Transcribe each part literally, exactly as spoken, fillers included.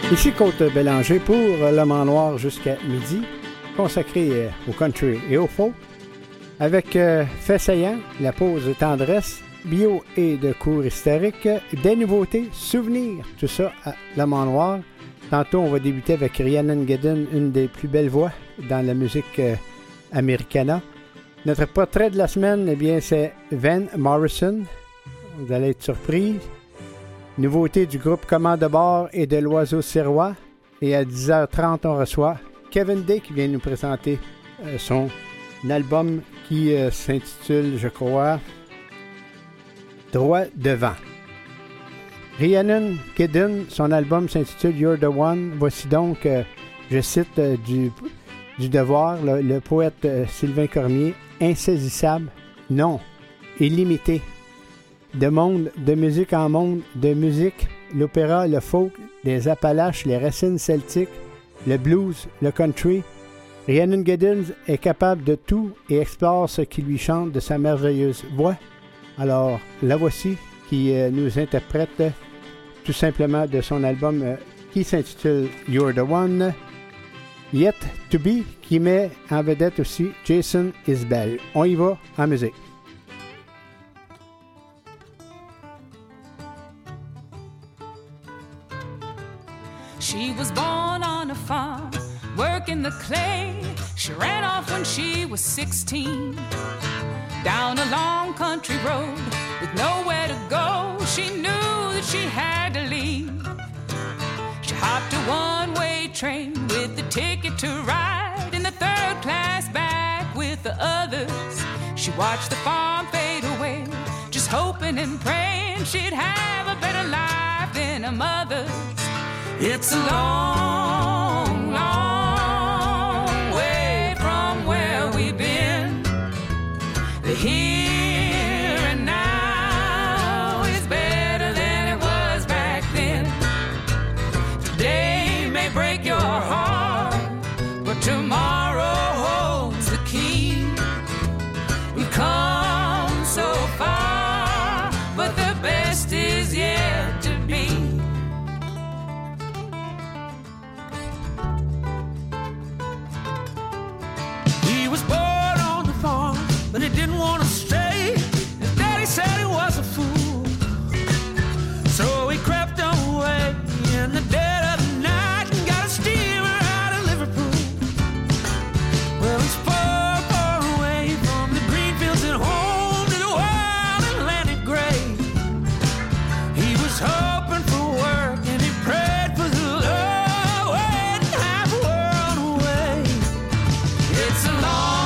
Ici Côte Bélanger pour Le Mans Noir jusqu'à midi, consacré au country et au folk, avec euh, Fait saillant, la pause tendresse, bio et de cours historiques, des nouveautés, souvenirs, tout ça à Le Mans Noir. Tantôt, on va débuter avec Rhiannon Giddens, une des plus belles voix dans la musique euh, americana. Notre portrait de la semaine, eh bien, c'est Van Morrison. Vous allez être surpris. Nouveauté du groupe Commande de bord et de l'Oiseau Sirois. Et à dix heures trente, on reçoit Kevin Day qui vient nous présenter euh, son album qui euh, s'intitule, je crois, Droit devant. Rhiannon Giddens, son album s'intitule You're the One. Voici donc, euh, je cite euh, du, du Devoir, le, le poète euh, Sylvain Cormier, insaisissable, non, illimité. De monde, de musique en monde, de musique, l'opéra, le folk, les Appalaches, les racines celtiques, le blues, le country. Rhiannon Giddens est capable de tout et explore ce qui lui chante de sa merveilleuse voix. Alors, la voici qui euh, nous interprète euh, tout simplement de son album euh, qui s'intitule You're the One, Yet to Be, qui met en vedette aussi Jason Isbell. On y va en musique. She was born on a farm, working the clay. She ran off when she was sixteen. Down a long country road with nowhere to go, she knew that she had to leave. She hopped a one-way train with the ticket to ride in the third class back with the others. She watched the farm fade away, just hoping and praying she'd have a better life than her mother's. It's a long, long way from where we've been. The here and now is better than it was back then. Today may break your heart, but tomorrow holds the key. We've come so far, but the best is yet to be. But he didn't want to stay. His daddy said he was a fool. So he crept away in the dead of the night and got a steamer out of Liverpool. Well, he's far, far away from the green fields at home to the wild Atlantic gray. He was hoping for work and he prayed for the Lord, waiting half a world away. It's a long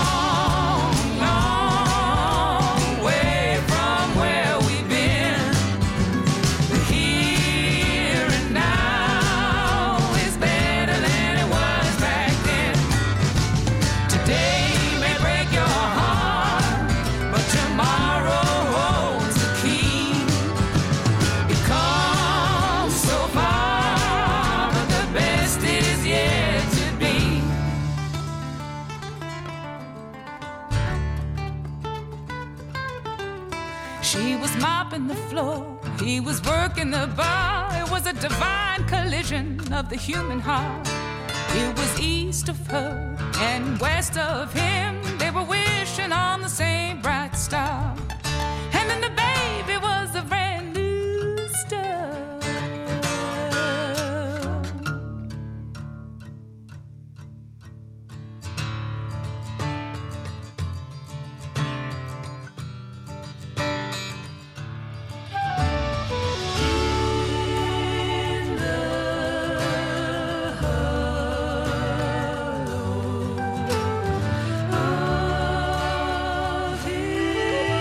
the floor. He was working the bar. It was a divine collision of the human heart. It was east of her and west of him. They were wishing on the same bright star. And then the baby was a brand new star. Oh,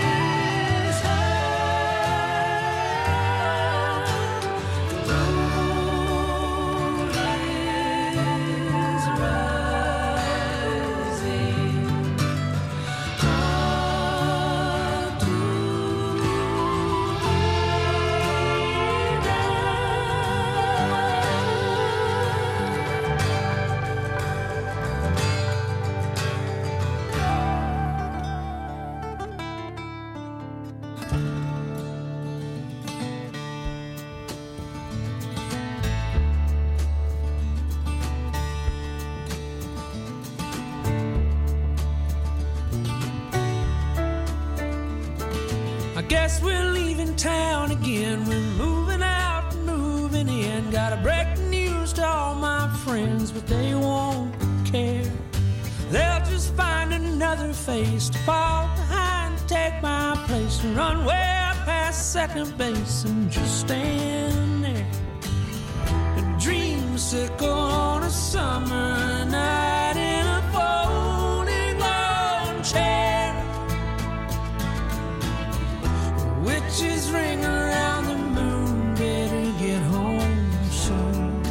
Guess we're leaving town again. We're moving out and moving in. Gotta break the news to all my friends, but they won't care. They'll just find another face to fall behind, to take my place, and run way up past second base and just stand there. A dreamsicle on a summer night in a folding lawn chair. Witches ring around the moon, better get home soon.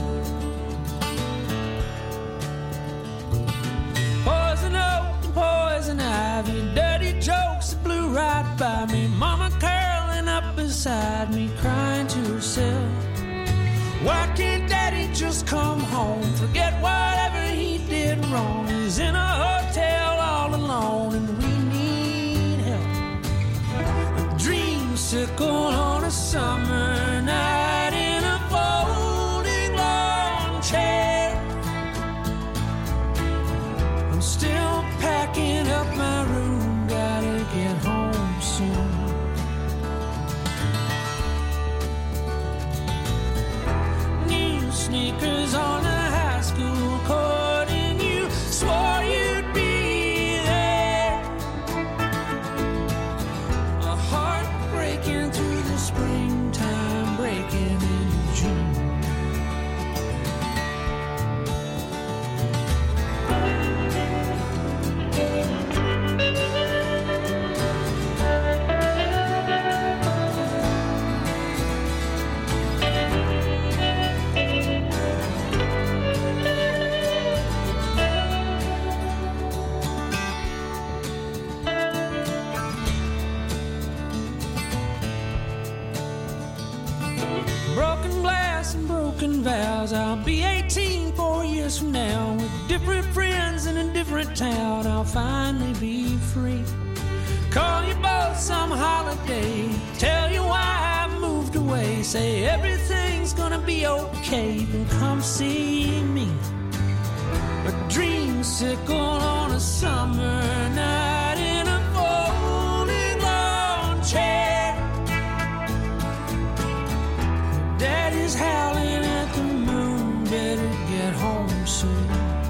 Poison oak and poison ivy, dirty jokes that blew right by me. Mama curling up beside me, crying to herself. Why can't Daddy just come home? Forget whatever he did wrong. He's in a hotel all alone and we need help. A dreamsicle on a summer night in a folding lawn chair. I'm still packing up my room, gotta get home soon. Sneakers on the high school court, and you swore you'd be there. A heart breaking through the springtime, breaking into June. Vows. I'll be eighteen four years from now, with different friends in a different town. I'll finally be free. Call you both some holiday, tell you why I moved away. Say everything's gonna be okay, then come see me. A dreamsicle on a summer night in a folding lawn chair. Daddy's howling at the moon, better get home soon.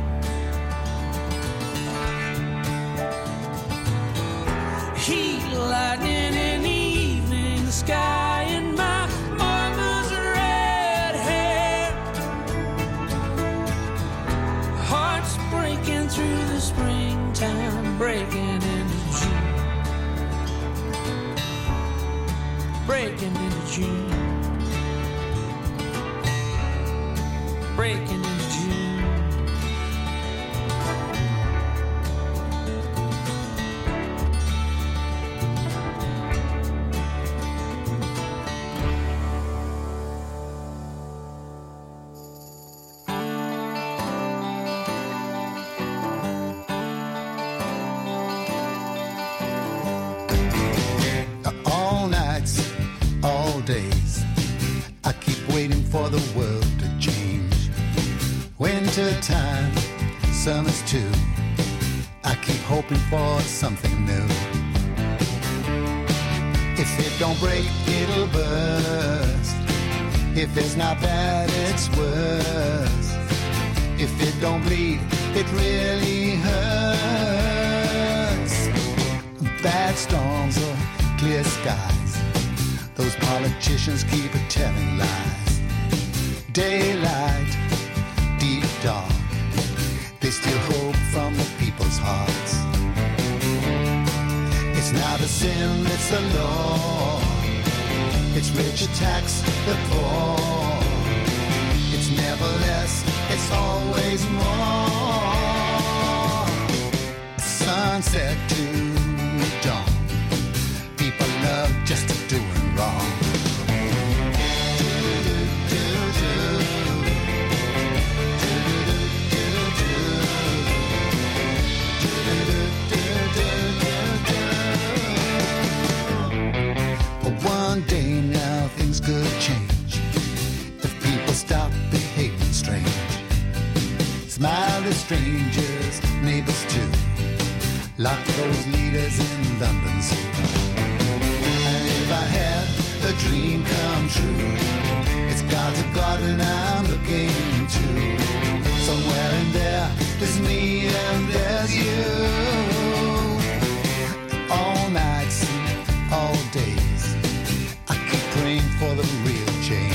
Heat lightning in the evening sky, and my mama's red hair. Hearts breaking through the springtime, breaking into June. Breaking into June. Breaking in June. All nights, all days, I keep waiting for the world to change. Winter time, summer's too. I keep hoping for something new. If it don't break, it'll burst. If it's not bad, it's worse. If it don't bleed, it really hurts. Bad storms or clear skies, those politicians keep telling lies. Daylight, deep dark, they still hope from the people's hearts. It's not a sin, it's a law. It's rich attacks the poor. It's never less, it's always more. Sunset to dawn, people love just doing wrong. One day now things could change if people stop behaving strange. Smile to strangers, neighbors too. Lock those leaders in London Zoo. And if I had a dream come true. It's God's garden I'm looking into. Somewhere in there, there's me and there's you. All nights, all days, I keep praying for the real change.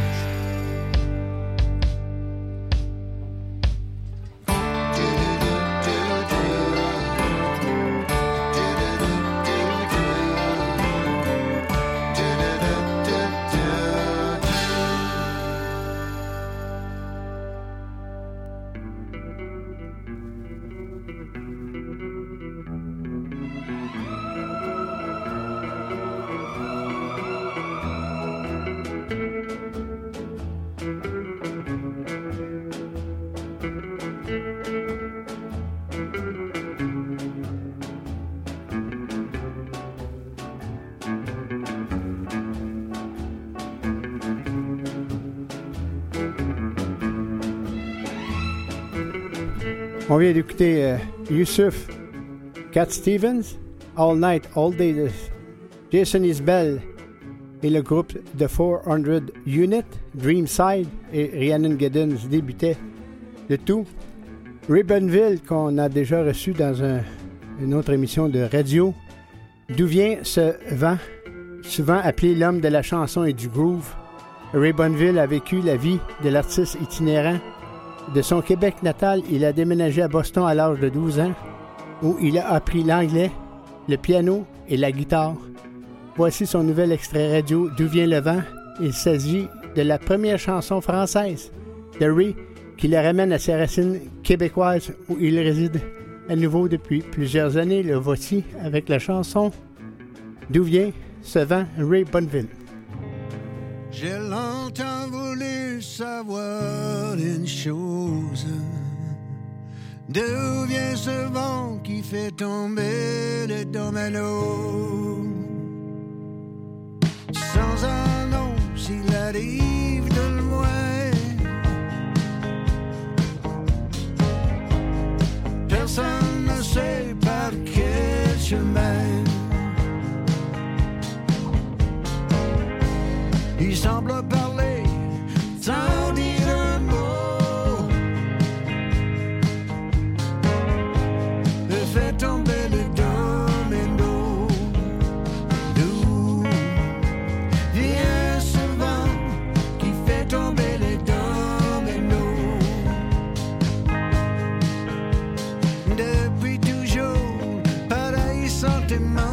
On vient d'écouter euh, Yusuf, Cat Stevens, All Night, All Day, de Jason Isbell et le groupe The four hundred Unit, Dreamside et Rhiannon Giddens débutaient le tout. Ribbonville, qu'on a déjà reçu dans un, une autre émission de radio, d'où vient ce vent, souvent appelé l'homme de la chanson et du groove. Ribbonville a vécu la vie de l'artiste itinérant. De son Québec natal, il a déménagé à Boston à l'âge de douze ans, où il a appris l'anglais, le piano et la guitare. Voici son nouvel extrait radio « D'où vient le vent ». Il s'agit de la première chanson française de Ray qui le ramène à ses racines québécoises où il réside à nouveau depuis plusieurs années. Le voici avec la chanson « D'où vient ce vent » Ray Bonneville. J'ai longtemps voulu savoir une chose. D'où vient ce vent qui fait tomber les dominos? Sans annonce, il arrive de loin. Personne ne sait par quel chemin. Il semble parler sans dire un mot. Il fait tomber les dominos. D'où vient ce vent qui fait tomber les dominos? Depuis toujours, pareil sentiment.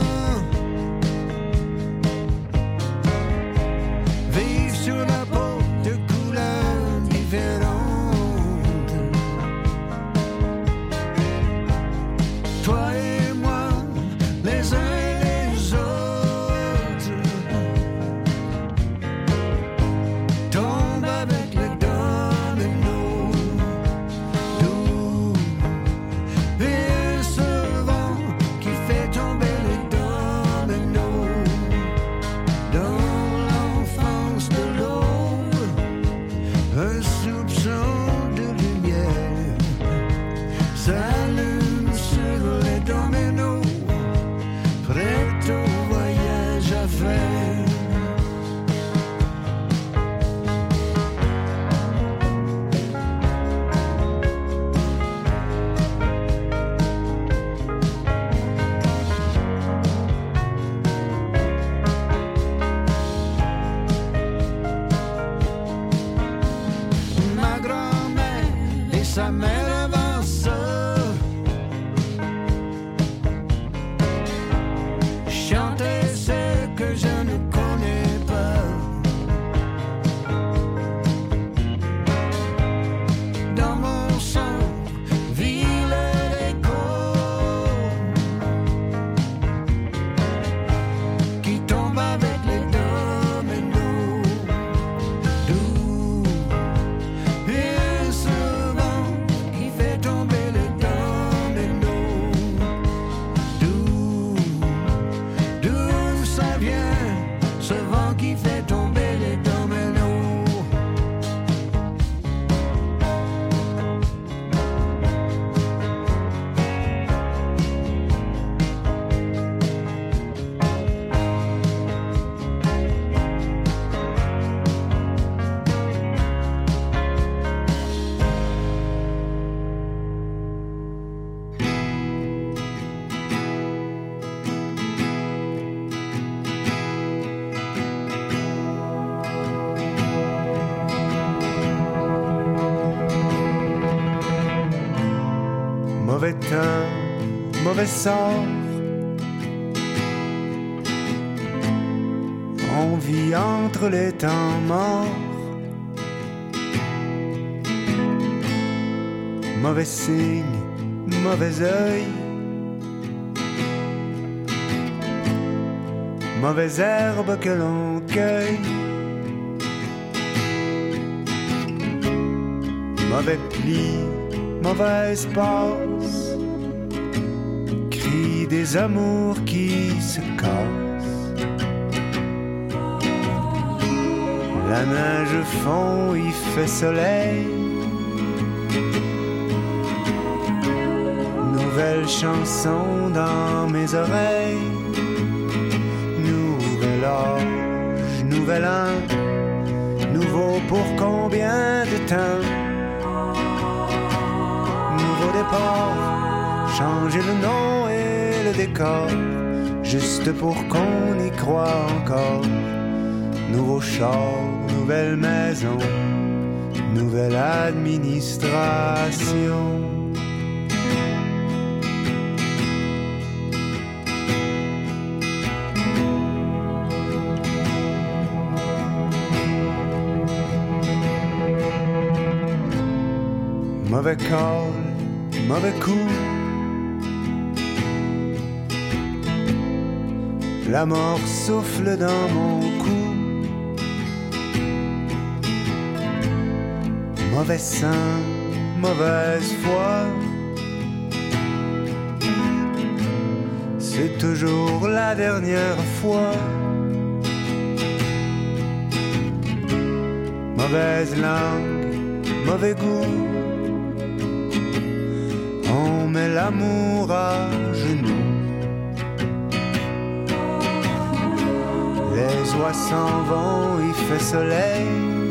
Sur la peau de couleurs différentes. Toi et moi, les uns et les autres, tombent avec les dominos. D'où vient ce vent qui fait tomber les dominos? Dans un soupçon de lumière s'allume sur les dominos, prêt au voyage à faire. Sa mère avant ça chantait ce que je ne connais pas. Dans mon sang vit l'écho qui tombe avec les dominos. D'où vient ce qui fait tomber les dominos? D'où, d'où ça vient, ce vent qui fait tomber les dominos? mauvais sort. On vit entre les temps morts. Mauvais signe, mauvais œil. Mauvaise herbe que l'on cueille. Mauvais pli, mauvaise passe. Cris des amours qui se cassent. La neige fond, il fait soleil. Nouvelle chanson dans mes oreilles. Nouvel âge, nouvel an. Nouveau pour combien de temps? Nouveau départ, changer le nom et le décor. Juste pour qu'on y croit encore. Nouveau char, nouvelle maison, nouvelle administration. Mauvais call, mauvais coup. La mort souffle dans mon cou. Mauvais sein, mauvaise foi. C'est toujours la dernière fois. Mauvaise langue, mauvais goût. On met l'amour à genoux. Les oies s'en vont, il fait soleil.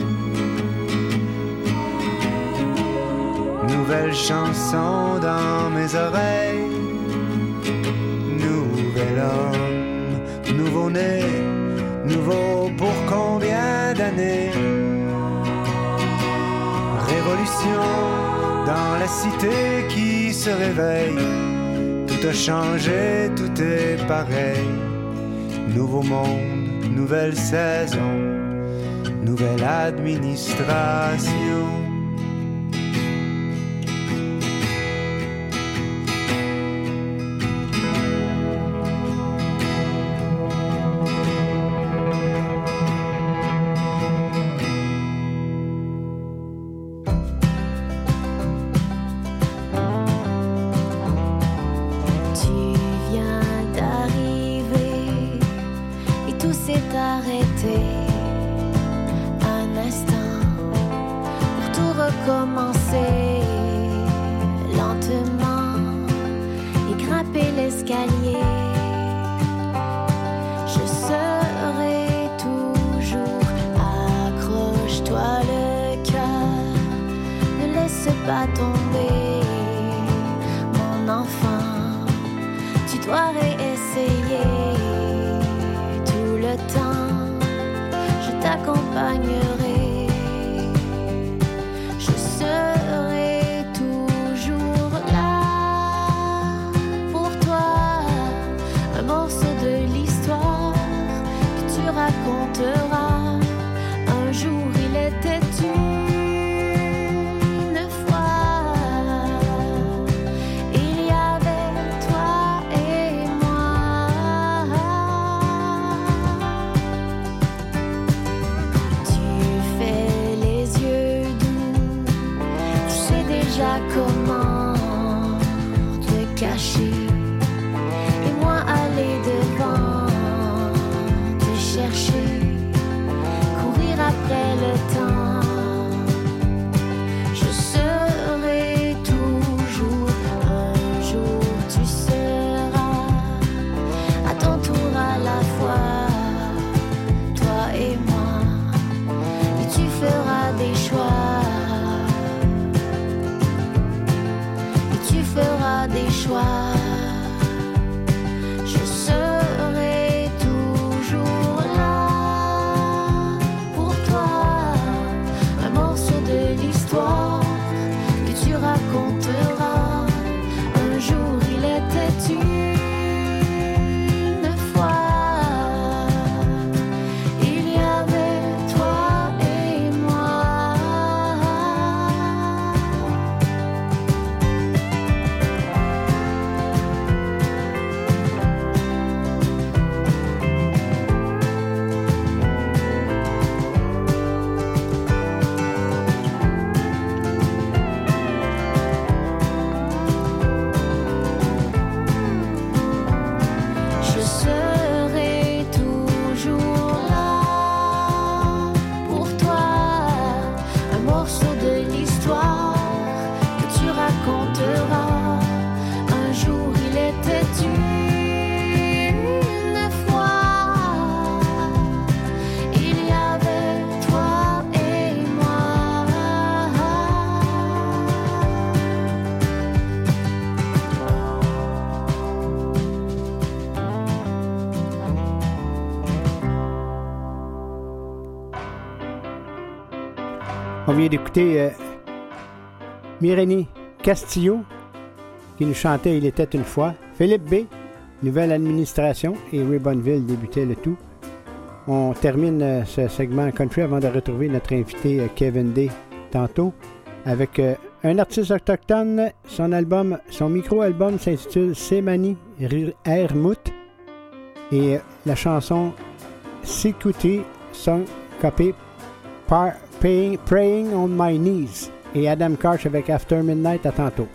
Nouvelle chanson dans mes oreilles. Nouvel homme, nouveau-né. Nouveau pour combien d'années? Révolution dans la cité qui se réveille. Tout a changé, tout est pareil. Nouveau monde, nouvelle saison, nouvelle administration. Des choix. On vient d'écouter euh, Myrène Castillo qui nous chantait « Il était une fois ». Philippe B, Nouvelle Administration et Ribbonville débutait le tout. On termine euh, ce segment country avant de retrouver notre invité euh, Kevin D tantôt avec euh, un artiste autochtone. Son album, son micro-album s'intitule Semani Hermout et euh, la chanson Sikuti Song Copy par Paying, Praying on My Knees et Adam Karch avec After Midnight. À tantôt.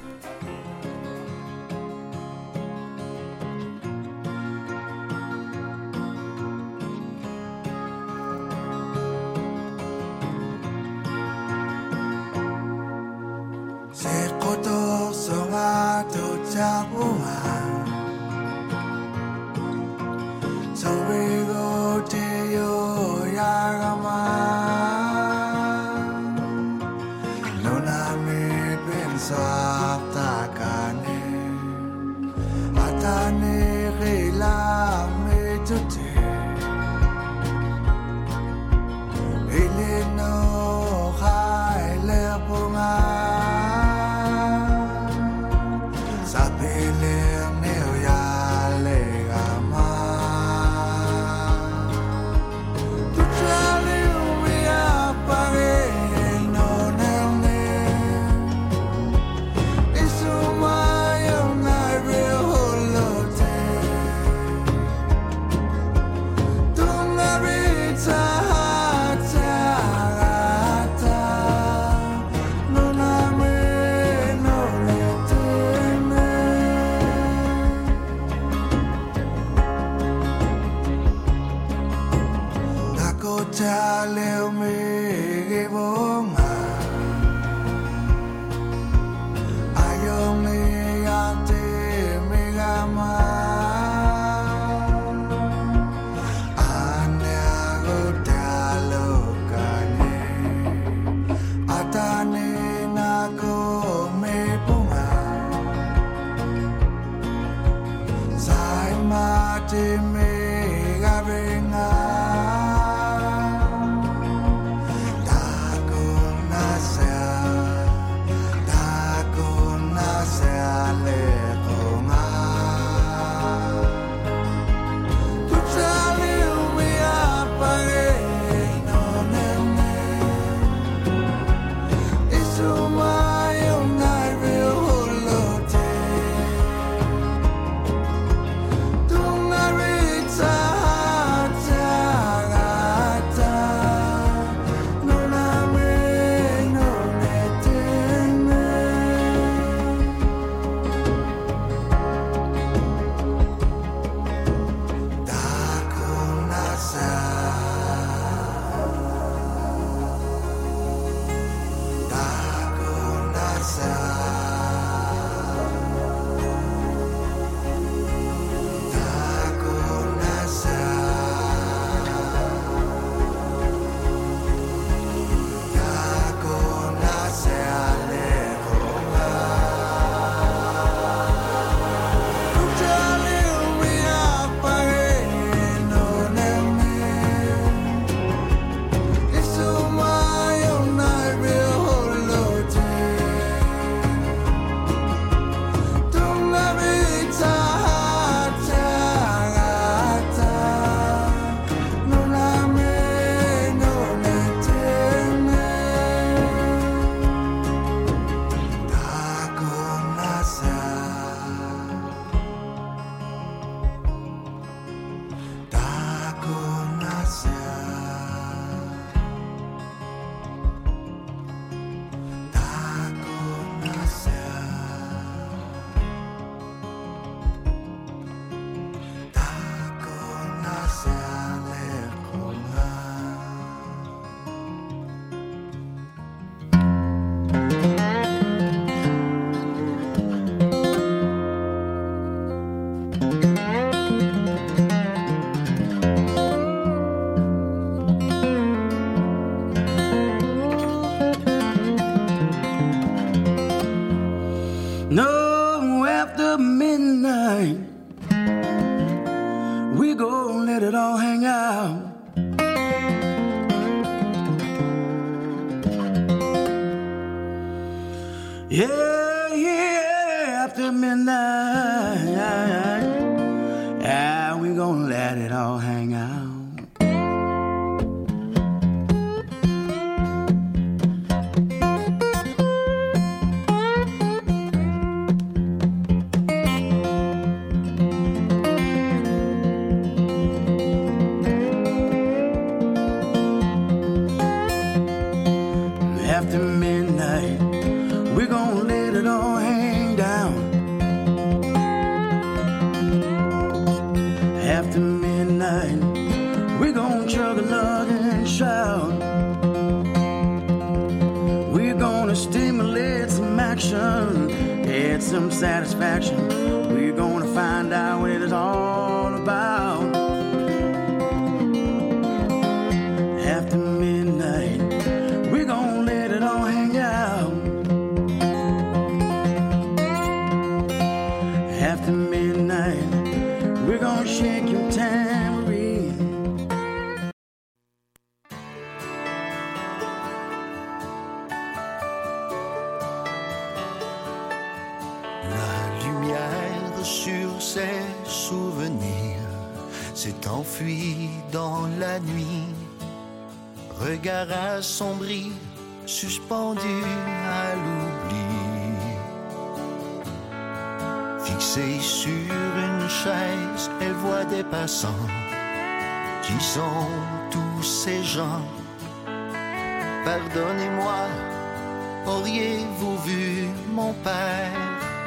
Dago Yeah, yeah, after midnight, yeah, we gonna let it all hang out. After midnight, we're gonna let it all hang down. After midnight, we're gonna chug a lug and shout. We're gonna stimulate some action, get some satisfaction. We're gonna find out what it's all about. After midnight, we're gonna let it all hang out. After midnight, we're gonna shake your tambourine. La lumière sur ses souvenirs s'est enfuie dans la nuit. Regard assombri, suspendu à l'oubli. Fixée sur une chaise, elle voit des passants. Qui sont tous ces gens? Pardonnez-moi, auriez-vous vu mon père?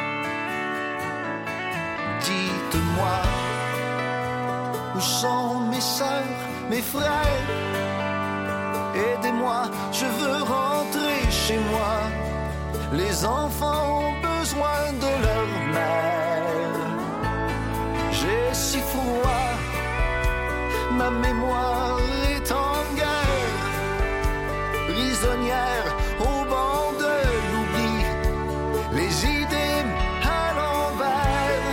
Dites-moi, où sont mes sœurs, mes frères? Aidez-moi, je veux rentrer chez moi. Les enfants ont besoin de leur mère. J'ai si froid, ma mémoire est en guerre. Prisonnière au banc de l'oubli, les idées à l'envers.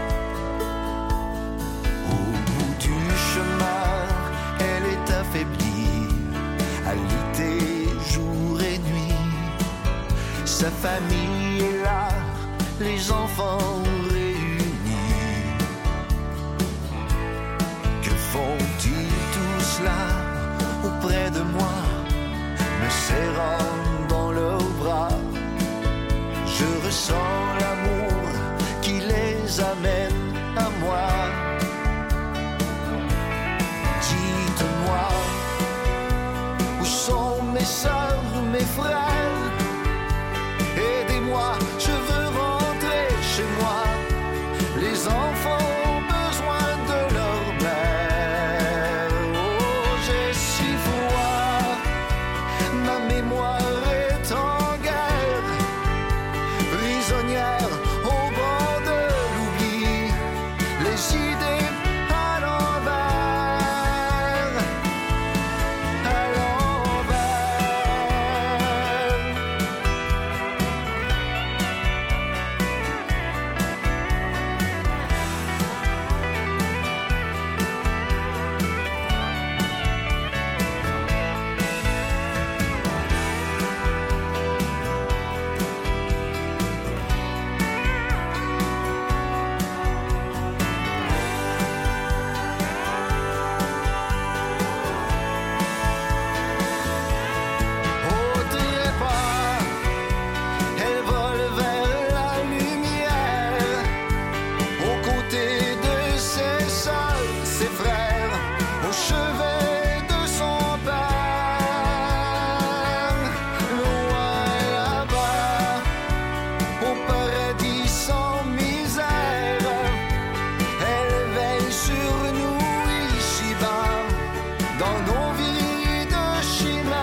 Au bout du chemin, elle est affaiblie, alitée jour et nuit. Sa famille est là, les enfants réunis. Que font-ils tous là, auprès de moi, me serrant dans leurs bras? Je ressens l'amour qui les amène à moi. Dites-moi, où sont mes sœurs, mes frères? Aidez-moi, je veux rentrer chez moi. Les enfants ont besoin de leur mère. Oh, j'ai si froid, ma mémoire est en guerre. Prisonnière au bord de l'oubli, les idées à l'envers, à l'envers. Au trépas, elle vole vers la lumière, aux côtés de ses sœurs, ses frères, au chevet de son père. Loin là-bas, au paradis sans misère, elle veille sur nous ici-bas, dans nos vies de chimère.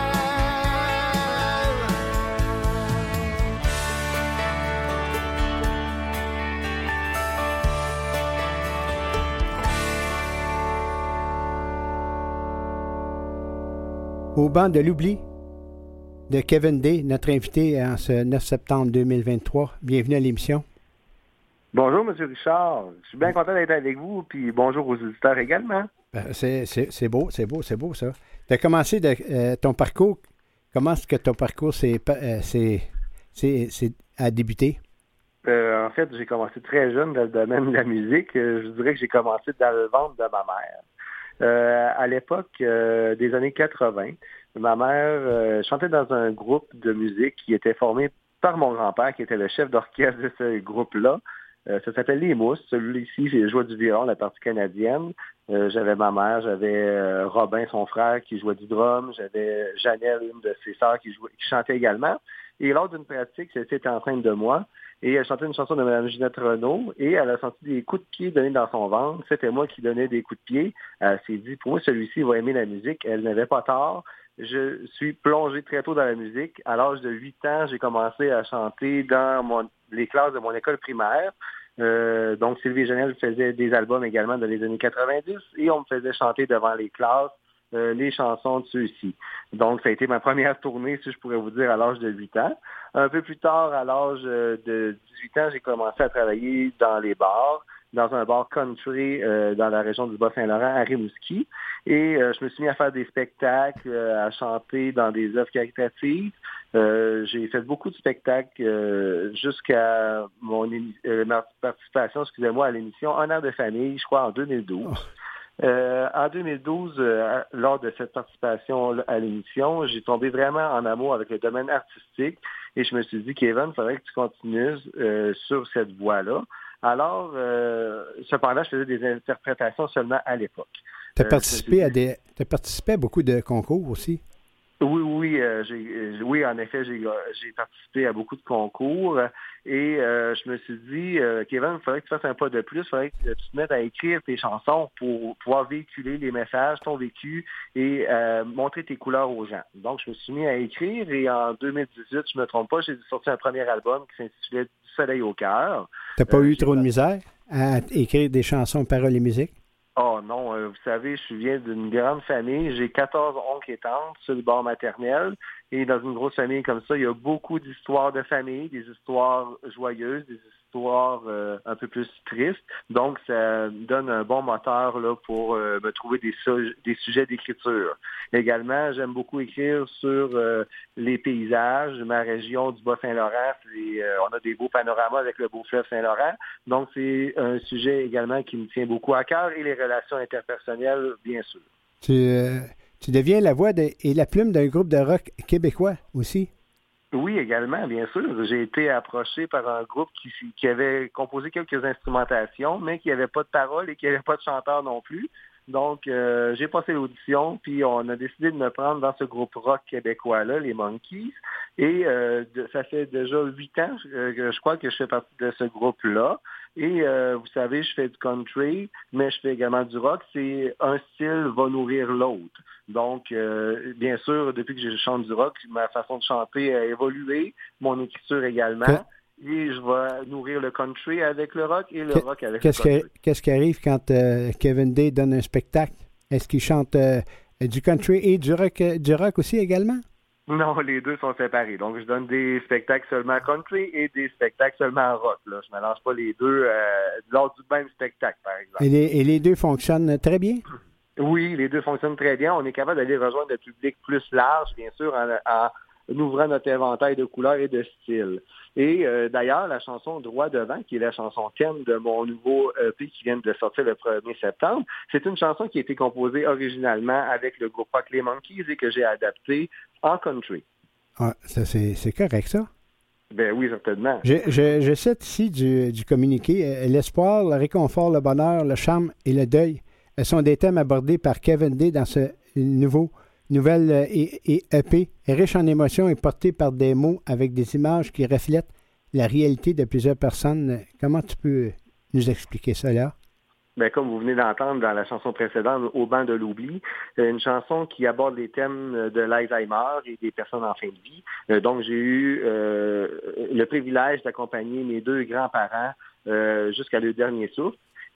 Au banc de l'oubli de Kevin Day, notre invité en ce neuf septembre deux mille vingt-trois. Bienvenue à l'émission. Bonjour, M. Richard. Je suis bien content d'être avec vous, puis bonjour aux auditeurs également. Ben, c'est, c'est, c'est beau, c'est beau, c'est beau ça. Tu as commencé de, euh, ton parcours. Comment est-ce que ton parcours s'est, euh, s'est, c'est, c'est à débuter? Euh, en fait, j'ai commencé très jeune dans le domaine de la musique. Euh, je dirais que j'ai commencé dans le ventre de ma mère. Euh, à l'époque euh, des années quatre-vingts, ma mère euh, chantait dans un groupe de musique qui était formé par mon grand-père, qui était le chef d'orchestre de ce groupe-là. Euh, ça s'appelle Les Mousses. Celui-ci, j'ai joué du violon, la partie canadienne. Euh, j'avais ma mère, j'avais euh, Robin, son frère, qui jouait du drum. J'avais Janelle, une de ses sœurs, qui, jouait, qui chantait également. Et lors d'une pratique, elle était enceinte de moi. Et elle chantait une chanson de Mme Ginette Renault. Et elle a senti des coups de pied donnés dans son ventre. C'était moi qui donnais des coups de pied. Elle s'est dit, pour moi, celui-ci va aimer la musique. Elle n'avait pas tort. Je suis plongé très tôt dans la musique. À l'âge de huit ans, j'ai commencé à chanter dans mon, les classes de mon école primaire. Euh, donc, Sylvie Janelle faisait des albums également dans les années quatre-vingt-dix et on me faisait chanter devant les classes euh, les chansons de ceux-ci. Donc, ça a été ma première tournée, si je pourrais vous dire, à l'âge de huit ans. Un peu plus tard, à l'âge de dix-huit ans, j'ai commencé à travailler dans les bars, dans un bar country euh, dans la région du Bas-Saint-Laurent, à Rimouski. Et euh, je me suis mis à faire des spectacles, euh, à chanter dans des œuvres caritatives. Euh, j'ai fait beaucoup de spectacles euh, jusqu'à mon émi- euh, ma participation, excusez-moi, à l'émission Un air de famille, je crois, en deux mille douze. Oh. Euh, en deux mille douze, euh, lors de cette participation à l'émission, j'ai tombé vraiment en amour avec le domaine artistique et je me suis dit, Kevin, il faudrait que tu continues euh, sur cette voie-là. Alors, euh, cependant, je faisais des interprétations seulement à l'époque. Tu as participé, euh, à des, t'as participé à beaucoup de concours aussi? Oui, oui, euh, j'ai, oui, en effet, j'ai, j'ai participé à beaucoup de concours et euh, je me suis dit, euh, Kevin, il faudrait que tu fasses un pas de plus, il faudrait que tu te mettes à écrire tes chansons pour pouvoir véhiculer les messages, ton vécu et euh, montrer tes couleurs aux gens. Donc, je me suis mis à écrire et en deux mille dix-huit, je ne me trompe pas, j'ai sorti un premier album qui s'intitulait Du soleil au cœur. Tu n'as pas euh, eu trop de misère à écrire des chansons, paroles et musique? Oh non, euh, vous savez, je viens d'une grande famille. J'ai quatorze oncles et tantes sur le bord maternel. Et dans une grosse famille comme ça, il y a beaucoup d'histoires de famille, des histoires joyeuses, des histoires euh, un peu plus tristes. Donc, ça me donne un bon moteur là, pour euh, me trouver des, su- des sujets d'écriture. Également, j'aime beaucoup écrire sur euh, les paysages. Ma région du Bas-Saint-Laurent, c'est, euh, on a des beaux panoramas avec le beau fleuve Saint-Laurent. Donc, c'est un sujet également qui me tient beaucoup à cœur et les relations interpersonnelles, bien sûr. Tu, euh, tu deviens la voix de, et la plume d'un groupe de rock québécois aussi? Oui, également, bien sûr. J'ai été approché par un groupe qui, qui avait composé quelques instrumentations, mais qui n'avait pas de paroles et qui n'avait pas de chanteur non plus. Donc, euh, j'ai passé l'audition, puis on a décidé de me prendre dans ce groupe rock québécois-là, les Monkeys. Et euh, de, ça fait déjà huit ans euh, que je crois que je fais partie de ce groupe-là. Et euh, vous savez, je fais du country, mais je fais également du rock. C'est un style va nourrir l'autre. Donc, euh, bien sûr, depuis que je chante du rock, ma façon de chanter a évolué, mon écriture également. Que... Et je vais nourrir le country avec le rock et le que, rock avec qu'est-ce le country. Que, qu'est-ce qui arrive quand euh, Kevin Day donne un spectacle? Est-ce qu'il chante euh, du country et du rock, euh, du rock aussi également? Non, les deux sont séparés. Donc, je donne des spectacles seulement country et des spectacles seulement rock. Là. Je ne mélange pas les deux euh, lors du même spectacle, par exemple. Et les, et les deux fonctionnent très bien? Oui, les deux fonctionnent très bien. On est capable d'aller rejoindre le public plus large, bien sûr, en, en ouvrant notre éventail de couleurs et de styles. Et euh, d'ailleurs, la chanson Droit devant, qui est la chanson thème de mon nouveau E P qui vient de sortir le premier septembre, c'est une chanson qui a été composée originalement avec le groupe rock Les Monkeys et que j'ai adaptée en country. Ah, ça, c'est, c'est correct, ça? Ben oui, certainement. Je, je, je cite ici du, du communiqué, l'espoir, le réconfort, le bonheur, le charme et le deuil sont des thèmes abordés par Kevin Day dans ce nouveau nouvelle et, et E P, riche en émotions et porté par des mots avec des images qui reflètent la réalité de plusieurs personnes. Comment tu peux nous expliquer ça là? Bien, comme vous venez d'entendre dans la chanson précédente, Au banc de l'oubli, une chanson qui aborde les thèmes de l'Alzheimer et des personnes en fin de vie. Donc, j'ai eu euh, le privilège d'accompagner mes deux grands-parents euh, jusqu'à leur dernier souffle.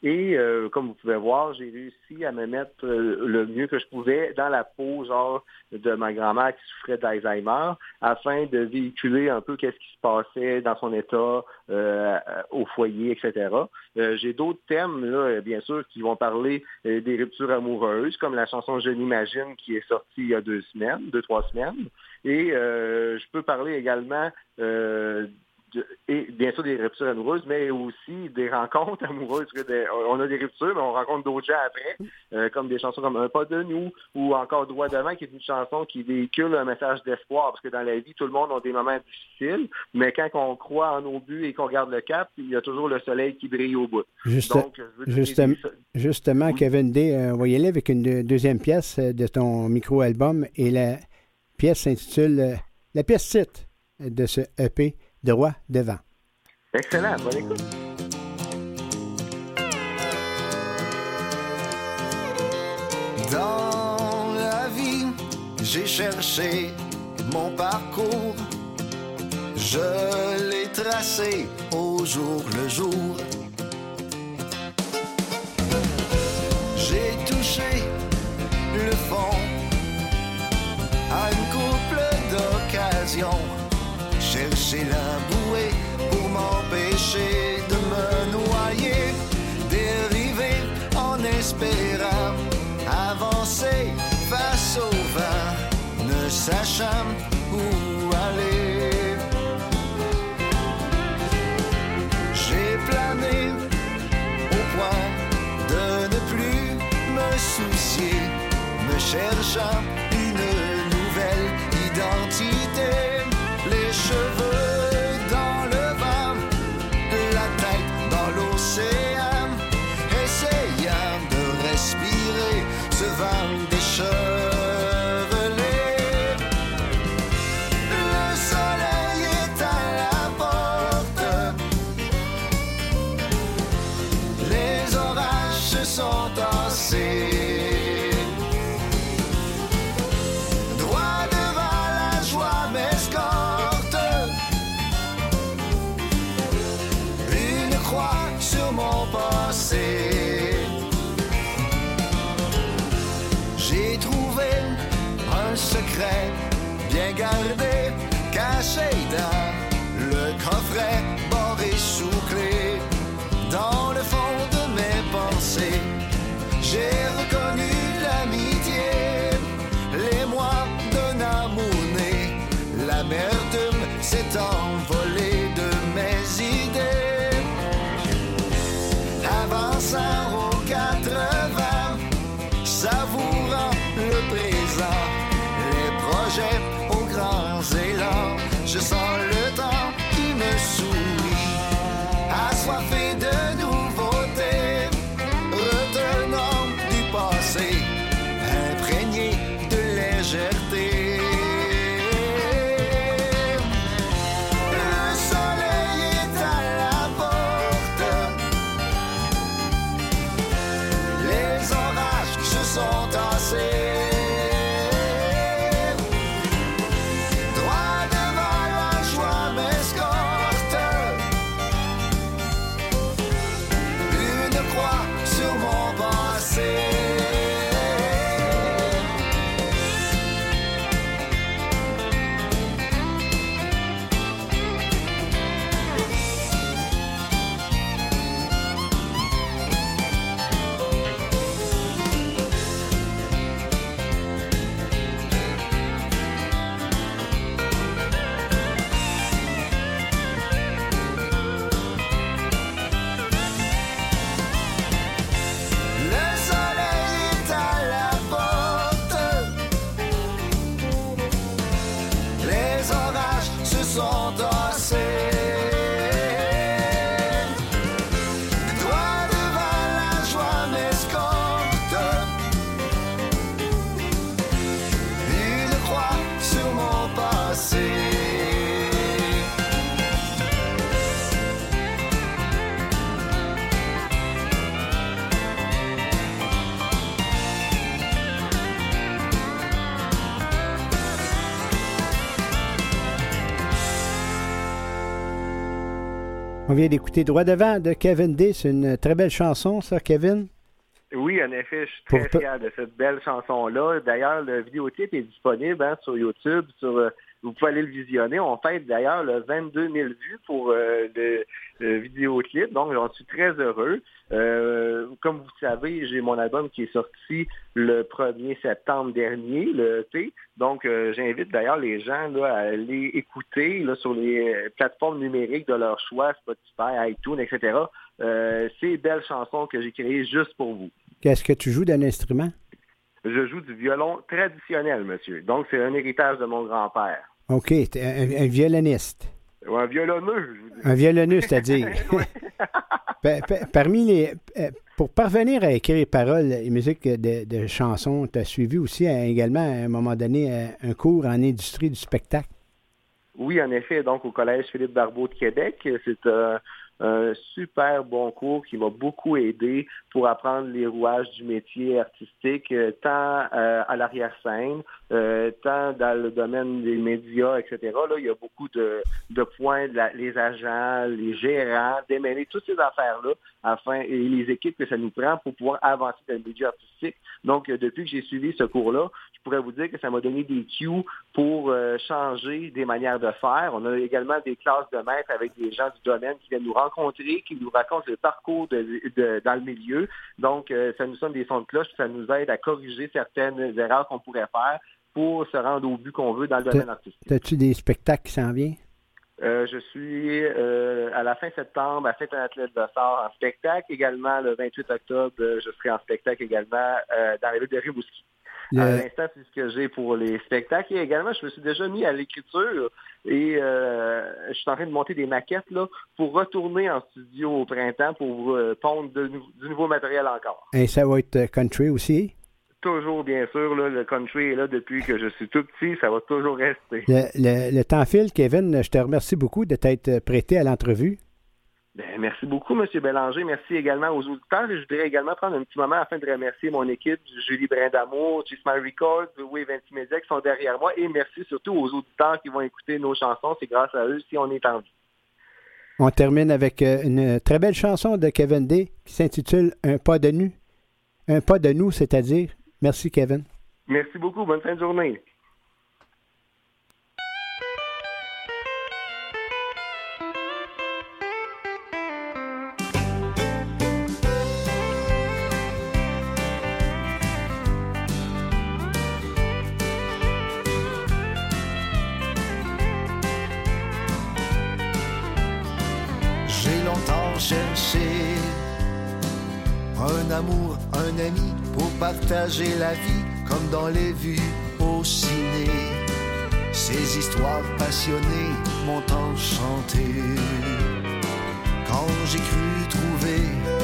Et euh, comme vous pouvez voir, j'ai réussi à me mettre euh, le mieux que je pouvais dans la peau, genre, de ma grand-mère qui souffrait d'Alzheimer, afin de véhiculer un peu qu'est-ce qui se passait dans son état euh, au foyer, et cetera. Euh, j'ai d'autres thèmes, là, bien sûr, qui vont parler euh, des ruptures amoureuses, comme la chanson « Je l'imagine » qui est sortie il y a deux semaines, deux, trois semaines. Et euh, je peux parler également euh, de, et bien sûr des ruptures amoureuses, mais aussi des rencontres amoureuses. On a des ruptures, mais on rencontre d'autres gens après, euh, comme des chansons comme « Un pas de nous » ou encore « Droit devant » qui est une chanson qui véhicule un message d'espoir, parce que dans la vie, tout le monde a des moments difficiles, mais quand on croit en nos buts et qu'on garde le cap, il y a toujours le soleil qui brille au bout. Juste, Donc, justement, justement oui. Kevin D, euh, on va y aller avec une deuxième pièce de ton micro-album, et la pièce s'intitule, euh, la pièce titre de ce E P, Droit devant. Excellent, bonne écoute. Dans la vie, j'ai cherché mon parcours. Je l'ai tracé au jour le jour. J'ai touché le fond à une couple d'occasions. Chercher la bouée pour m'empêcher de me noyer. Dériver en espérant avancer face au vent, ne sachant où aller. J'ai plané au point de ne plus me soucier, me cherchant une nouvelle identité. Les cheveux dans le vent, la tête dans l'océan, essayant de respirer ce vent déchevelé. Le soleil est à la porte, les orages se sont tassés. J'ai trouvé un secret bien gardé, caché dans le coffret, barré sous clé. Dans le fond de mes pensées, j'ai reconnu l'amitié, les mois d'un amour né. L'amertume s'est envolée de mes idées. Avançant aux quatre vents, savourant le présent, les projets aux grands élans. Je sens le temps qui me sourit, assoiffé de nouveautés, retenant du passé, imprégné de légèreté. Sont tassés. Droit devant la joie m'escorte, une croix sur mon passé. On vient d'écouter Droit devant de Kevin Day. C'est une très belle chanson, ça, Kevin? Oui, en effet, je suis très Pour... fier de cette belle chanson-là. D'ailleurs, le vidéoclip est disponible hein, sur YouTube. Sur, euh, vous pouvez aller le visionner. On fête d'ailleurs le vingt-deux mille vues pour euh, le, le vidéoclip. Donc, j'en suis très heureux. Euh, comme vous savez, j'ai mon album qui est sorti le premier septembre dernier, le E P. Donc, euh, j'invite d'ailleurs les gens là, à aller écouter là, sur les plateformes numériques de leur choix, Spotify, iTunes, et cetera. Euh, ces belles chansons que j'ai créées juste pour vous. Qu'est-ce que tu joues d'un instrument? Je joue du violon traditionnel, monsieur. Donc, c'est un héritage de mon grand-père. OK, t'es un, un violoniste. Ou un violonneux, je vous dis. Un violonneux, c'est-à-dire. Parmi les... Pour parvenir à écrire les paroles et musique de, de chansons, tu as suivi aussi également, à un moment donné, un cours en industrie du spectacle. Oui, en effet. Donc, au Collège Philippe Barbeau de Québec, c'est un... un super bon cours qui m'a beaucoup aidé pour apprendre les rouages du métier artistique, euh, tant euh, à l'arrière-scène, euh, tant dans le domaine des médias, et cetera. Là, il y a beaucoup de, de points, la, les agents, les gérants, démêler toutes ces affaires-là afin et les équipes que ça nous prend pour pouvoir avancer dans le milieu artistique. Donc, euh, depuis que j'ai suivi ce cours-là, je pourrais vous dire que ça m'a donné des cues pour euh, changer des manières de faire. On a également des classes de maîtres avec des gens du domaine qui viennent nous rencontrer, qui nous racontent le parcours de, de, dans le milieu. Donc, euh, ça nous sonne des sons de cloche, ça nous aide à corriger certaines erreurs qu'on pourrait faire pour se rendre au but qu'on veut dans le domaine artistique. As-tu des spectacles qui s'en viennent? Euh, je suis euh, à la fin septembre à Saint-Anatole de Sort en spectacle. Également, le vingt-huit octobre, je serai en spectacle également euh, dans la ville de Rimouski. Le... À l'instant, c'est ce que j'ai pour les spectacles. Et également, je me suis déjà mis à l'écriture et euh, je suis en train de monter des maquettes là, pour retourner en studio au printemps pour euh, pondre de, du nouveau matériel encore. Et ça va être country aussi? Toujours, bien sûr. Là, le country est là depuis que je suis tout petit. Ça va toujours rester. Le, le, le temps file, Kevin. Je te remercie beaucoup de t'être prêté à l'entrevue. Bien, merci beaucoup, M. Bélanger. Merci également aux auditeurs. Et je voudrais également prendre un petit moment afin de remercier mon équipe, Julie Brindamour, Chismal Records, Wave Anti Media qui sont derrière moi. Et merci surtout aux auditeurs qui vont écouter nos chansons. C'est grâce à eux si on est en vie. On termine avec une très belle chanson de Kevin Day qui s'intitule « Un pas de nu ». Un pas de nous, c'est-à-dire. Merci, Kevin. Merci beaucoup. Bonne fin de journée. J'ai longtemps cherché un amour, un ami pour partager la vie comme dans les vues au ciné. Ces histoires passionnées m'ont enchanté. Quand j'ai cru trouver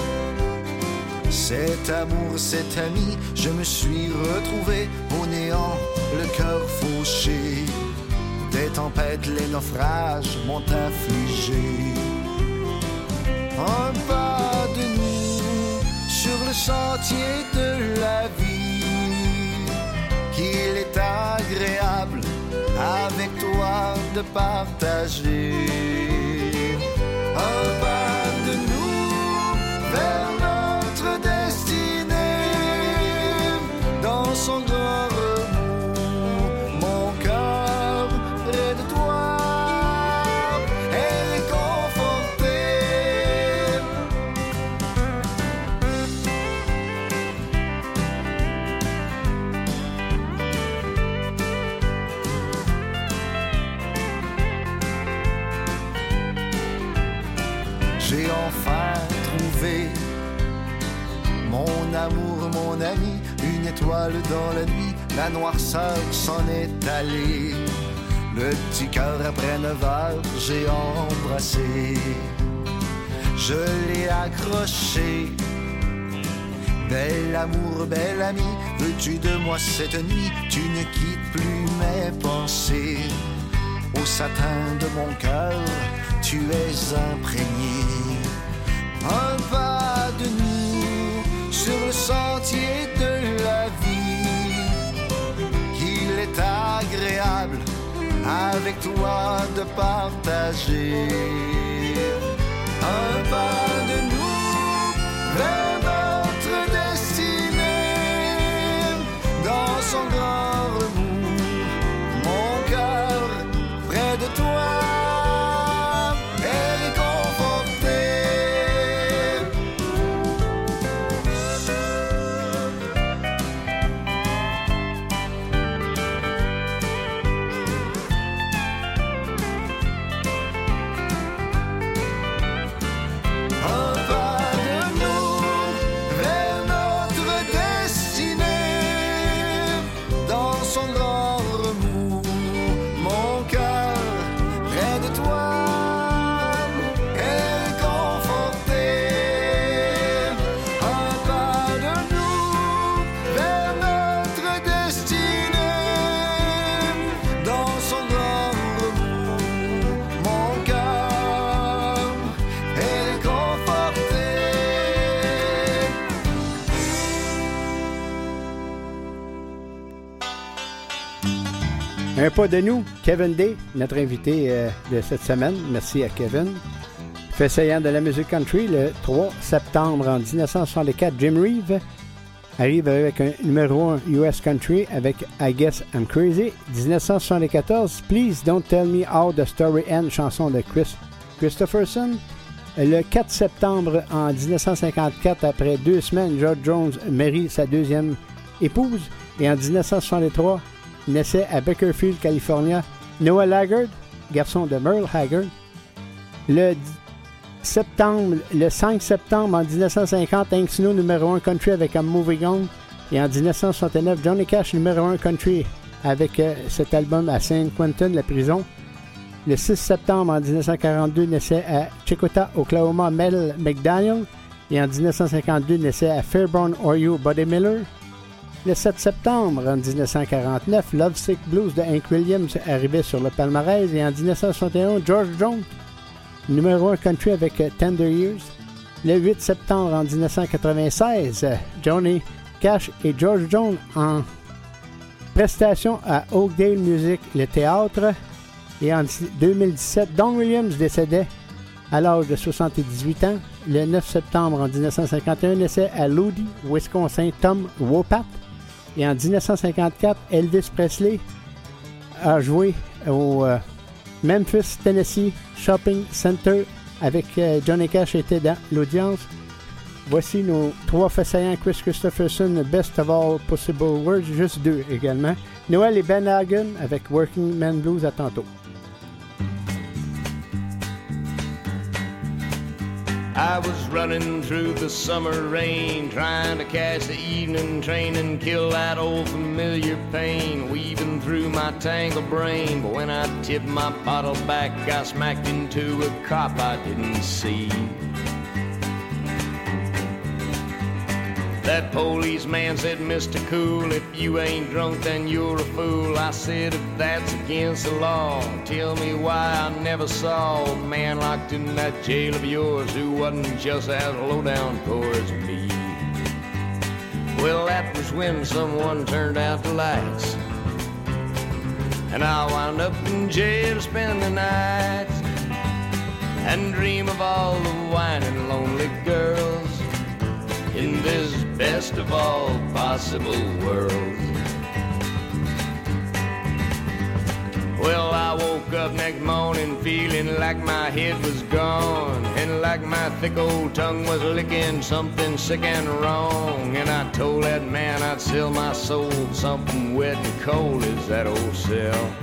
cet amour, cet ami, je me suis retrouvé au néant, le cœur fauché. Des tempêtes, les naufrages m'ont affligé. Un pas de nous sur le sentier de la vie, qu'il est agréable avec toi de partager. Un pas de nous vers notre destinée, dans son grand remous, mon cœur près de toi est réconforté. J'ai enfin trouvé mon amour, mon ami, une étoile dans la nuit, la noirceur s'en est allée. Le petit cœur après neuf heures, j'ai embrassé, je l'ai accroché. Bel amour, bel ami, veux-tu de moi cette nuit? Tu ne quittes plus mes pensées. Au satin de mon cœur, tu es imprégné. Un pas de nous sur le sentier de la vie, qu'il est agréable avec toi de partager. un pas de nous vers notre destinée. Dans son grand remous, mon cœur près de toi est réconforté. Un pas de nous vers notre destinée. Dans son grand remous, mon cœur près de toi est réconforté. Un pas de nous vers notre destinée. Dans son grand remous, mon cœur est réconforté. Un pas de nous, Kevin Day, notre invité euh, de cette semaine. Merci à Kevin. Fait saillant de la musique country le trois septembre en dix-neuf cent soixante-quatre. Jim Reeves arrive avec un numéro un U S Country avec I Guess I'm Crazy. dix-neuf cent soixante-quatorze, Please Don't Tell Me How the Story Ends, chanson de Chris Christopherson. Le quatre septembre en dix-neuf cent cinquante-quatre, après deux semaines, George Jones marie sa deuxième épouse. Et en dix-neuf cent soixante-trois, naissait à Bakersfield, California, Noel Haggard, garçon de Merle Haggard. Le, septembre, le cinq septembre en dix-neuf cent cinquante, Hank Snow, numéro un country avec I'm Moving On. Et en dix-neuf cent soixante-neuf, Johnny Cash, numéro un country avec euh, cet album à Saint Quentin, la prison. Le six septembre en dix-neuf cent quarante-deux, naissait à Chicota, Oklahoma, Mel McDaniel. Et en dix-neuf cent cinquante-deux, naissait à Fairborn, Ohio, Buddy Miller. Le sept septembre en dix-neuf cent quarante-neuf, Love Sick Blues de Hank Williams arrivait sur le palmarès. Et en dix-neuf cent soixante et un, George Jones, numéro un country avec Tender Years. Le huit septembre en dix-neuf cent quatre-vingt-seize, Johnny Cash et George Jones en prestation à Oakdale Music, le théâtre. Et en deux mille dix-sept, Don Williams décédait à l'âge de soixante-dix-huit ans. Le neuf septembre en dix-neuf cent cinquante et un, naissait à Lodi, Wisconsin, Tom Wopat. Et en dix-neuf cent cinquante-quatre, Elvis Presley a joué au euh, Memphis, Tennessee Shopping Center avec euh, Johnny Cash était dans l'audience. Voici nos trois faits saillants. Chris Christopherson, Best of All Possible Words, juste deux également. Noel et Ben Hagen avec Working Man Blues, à tantôt. I was running through the summer rain, trying to catch the evening train and kill that old familiar pain weaving through my tangled brain. But when I tipped my bottle back, I smacked into a cop I didn't see. That policeman said, Mister Cool, if you ain't drunk, then you're a fool. I said, if that's against the law, tell me why I never saw a man locked in that jail of yours who wasn't just as low down poor as me. Well, that was when someone turned out the lights, and I wound up in jail to spend the night and dream of all the whining lonely girls in this best of all possible worlds. Well, I woke up next morning feeling like my head was gone and like my thick old tongue was licking something sick and wrong. And I told that man I'd sell my soul, something wet and cold as that old cell.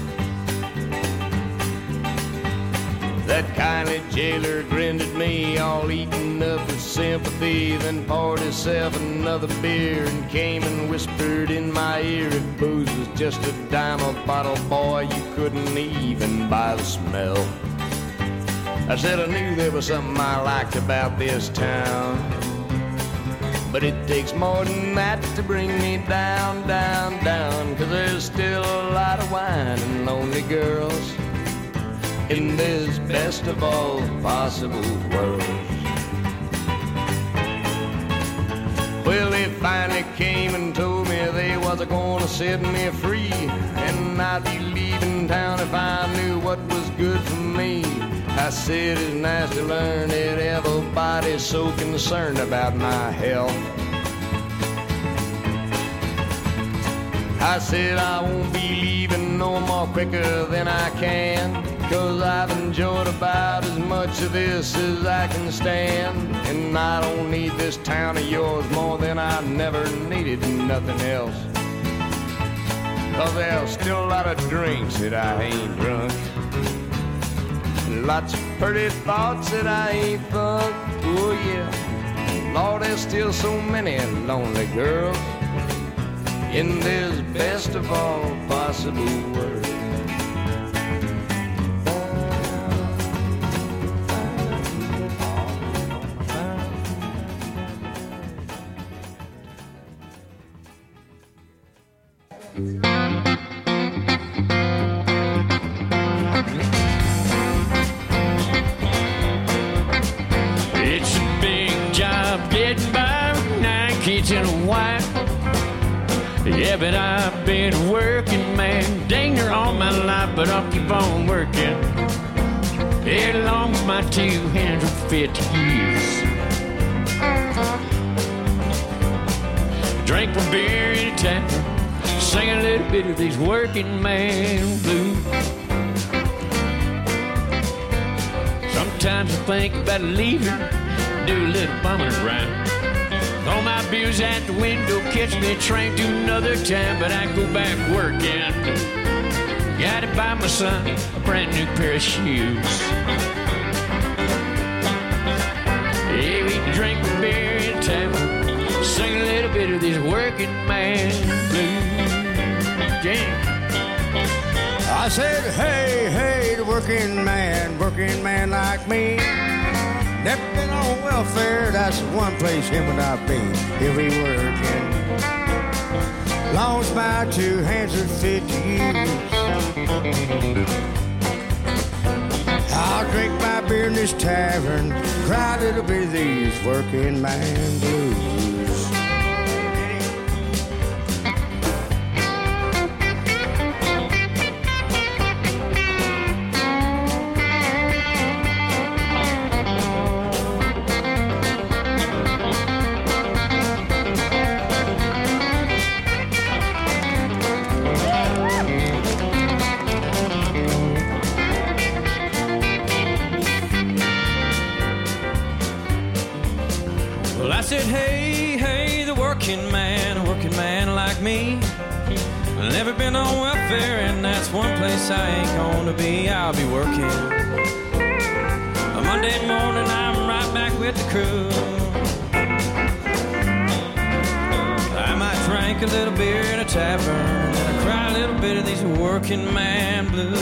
That kindly jailer grinned at me, all eaten up with sympathy, then poured himself another beer and came and whispered in my ear, if booze was just a dime a bottle, boy, you couldn't even buy the smell. I said I knew there was something I liked about this town, but it takes more than that to bring me down, down, down, 'cause there's still a lot of wine and lonely girls in this best of all possible worlds. Well, they finally came and told me they was gonna set me free, and I'd be leaving town if I knew what was good for me. I said it's nice to learn that everybody's so concerned about my health. I said I won't be leaving no more quicker than I can, 'cause I've enjoyed about as much of this as I can stand. And I don't need this town of yours more than I never needed nothing else. 'Cause there's still a lot of drinks that I ain't drunk, lots of pretty thoughts that I ain't thunk. Oh yeah, Lord, there's still so many lonely girls in this best of all possible worlds. It's a big job getting by, nine kids and a wife. Yeah, but I've been working, man, dang near all my life, but I'll keep on working as long as my two hands will fit to use. Drink my beer in a tavern, sing a little bit of these working man blues. Sometimes I think about leaving, do a little bumming around. Throw my beers out the window, catch me a train to another town, but I go back working. Gotta buy my son a brand new pair of shoes. Yeah, we drink a beer in town, sing a little bit of this working man blues. Yeah. I said, hey, hey, the working man, working man like me. Never been on welfare, that's the one place him and I be. He'll be working, long as my two hands are fit to use. I'll drink my beer in this tavern, cry a little bit of these working man blues. Hey, hey, the working man, a working man like me. Never been on welfare, and that's one place I ain't gonna be. I'll be working. A Monday morning, I'm right back with the crew. I might drink a little beer in a tavern, and I cry a little bit of these working man blues.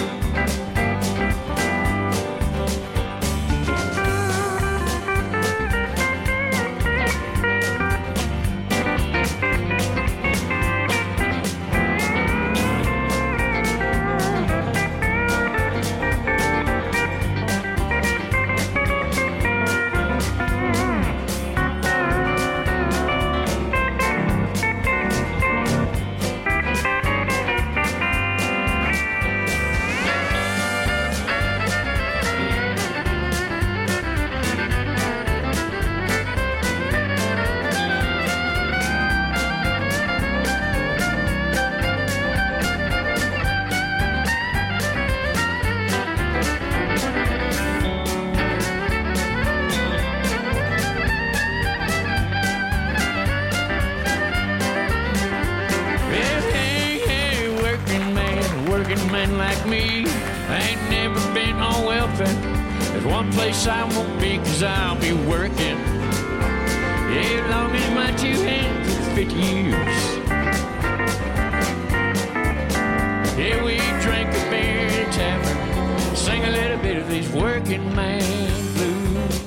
I won't be, 'cause I'll be working as long as my two hands will fit to use. Yeah, we drink a beer at a tavern, sing a little bit of these working man blues.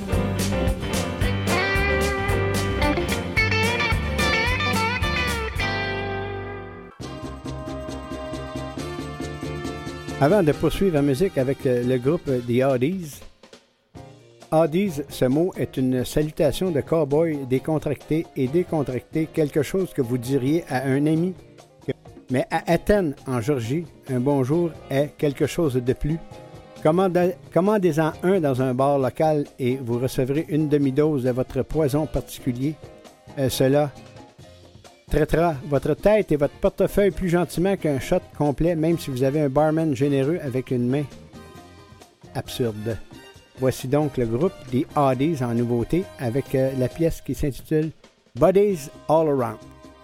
Avant de poursuivre la musique avec le, le groupe The Oddies, Oddies, ce mot est une salutation de cow-boy décontracté et décontracté, quelque chose que vous diriez à un ami. Mais à Athènes, en Géorgie, un bonjour est quelque chose de plus Commandez- Commandez-en un dans un bar local et vous recevrez une demi-dose de votre poison particulier. Euh, cela traitera votre tête et votre portefeuille plus gentiment qu'un shot complet, même si vous avez un barman généreux avec une main absurde. Voici donc le groupe des Oddies en nouveauté avec euh, la pièce qui s'intitule Buddies All Around.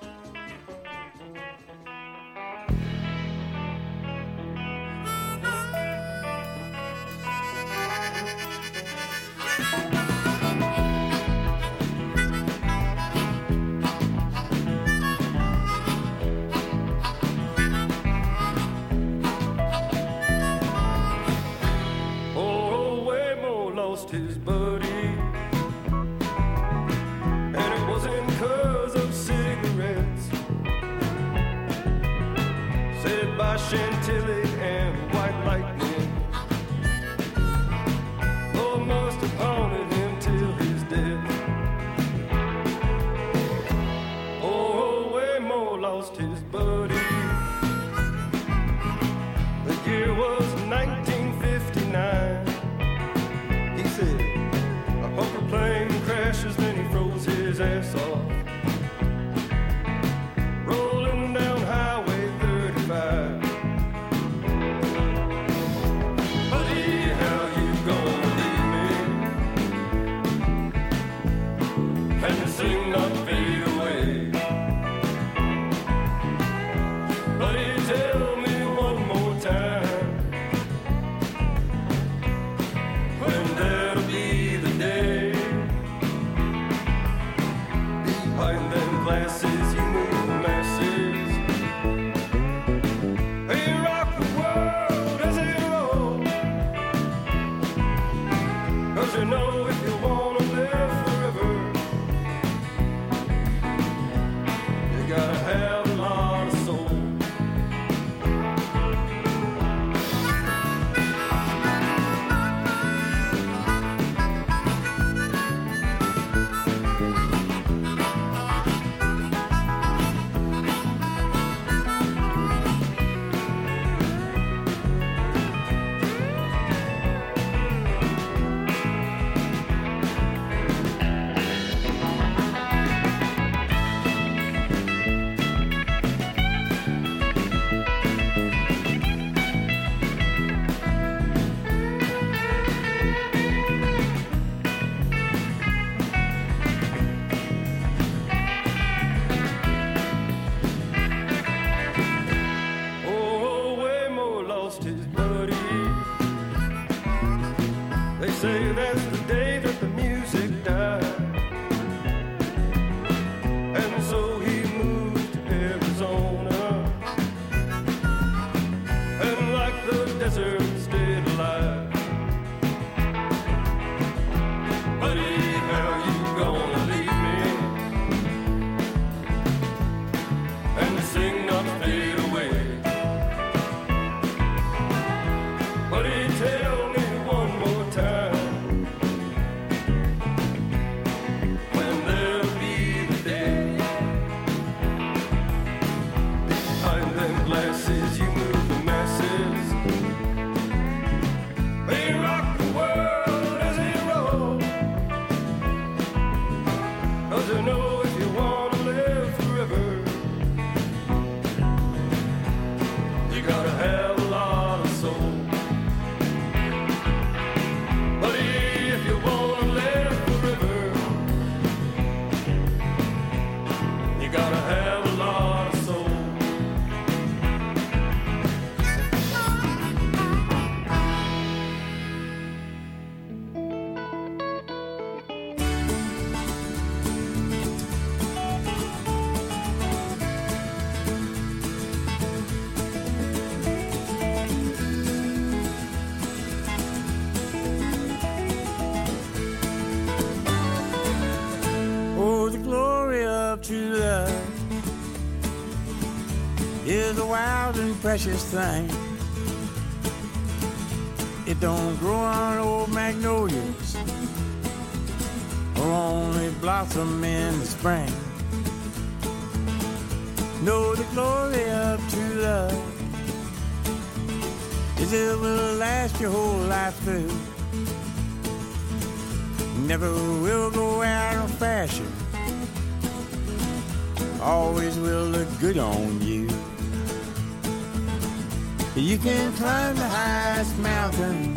Precious thing. It don't grow on old magnolias or only blossom in the spring. Know the glory of true love is Cause it will last your whole life through. Never will go out of fashion. Always will look good on you. You can climb the highest mountain,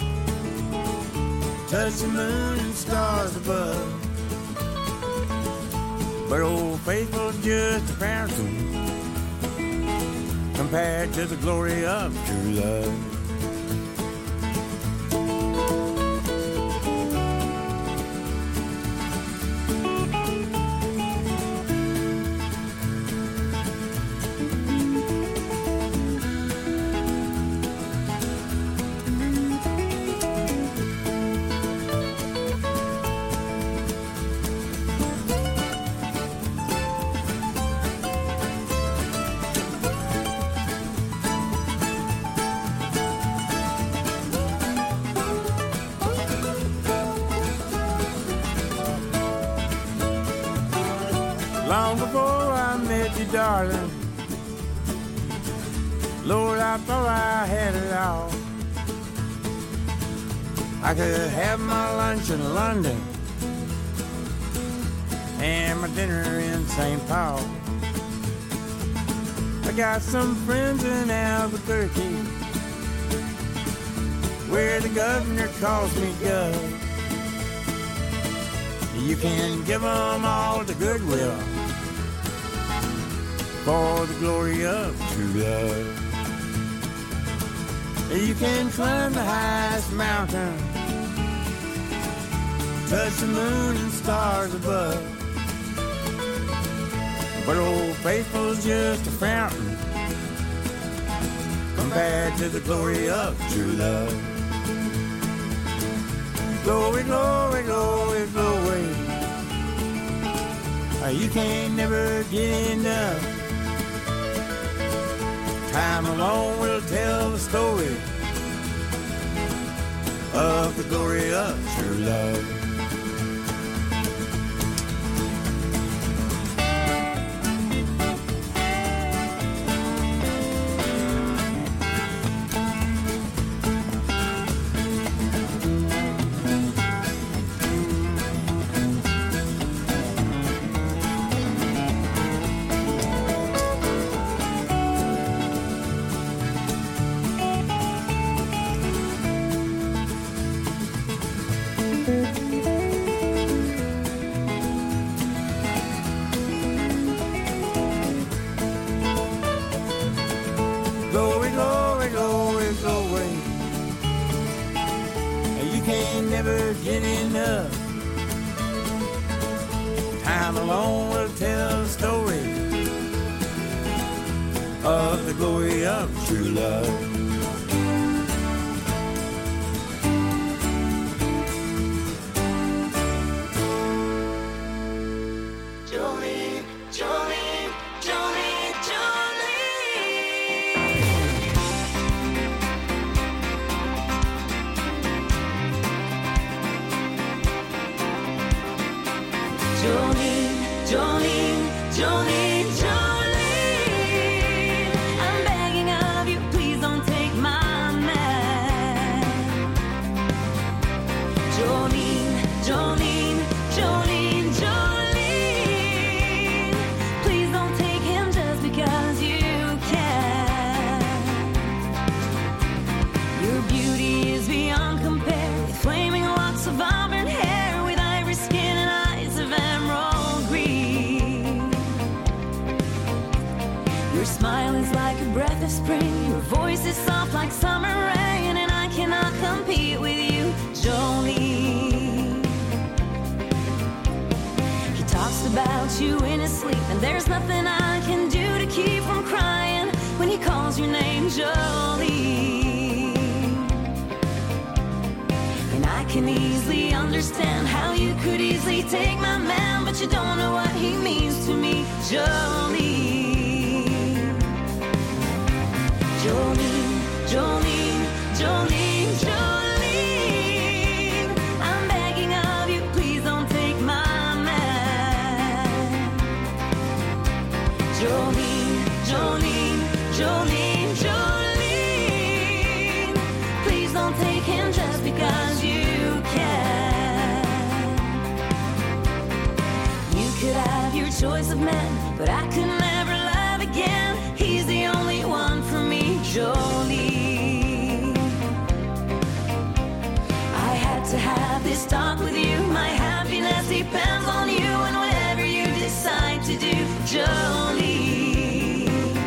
touch the moon and stars above. But Old Faithful's just a fountain compared to the glory of true love. Long before I met you, darling, Lord, I thought I had it all. I could have my lunch in London and my dinner in Saint Paul. I got some friends in Albuquerque where the governor calls me Gov. You can give them all the goodwill for the glory of true love. You can climb the highest mountain, touch the moon and stars above. But Old Faithful's just a fountain compared to the glory of true love. Glory, glory, glory, glory. You can't never get enough. Time alone will tell the story of the glory of true love. Glory, glory, glory, glory. You can't never get enough. Time alone will tell the story of the glory of true love. Jolene, Jolene, Jolene, Jolene. choice of men, but I could never love again. He's the only one for me, Jolene. I had to have this talk with you. My happiness depends on you, and whatever you decide to do, Jolene.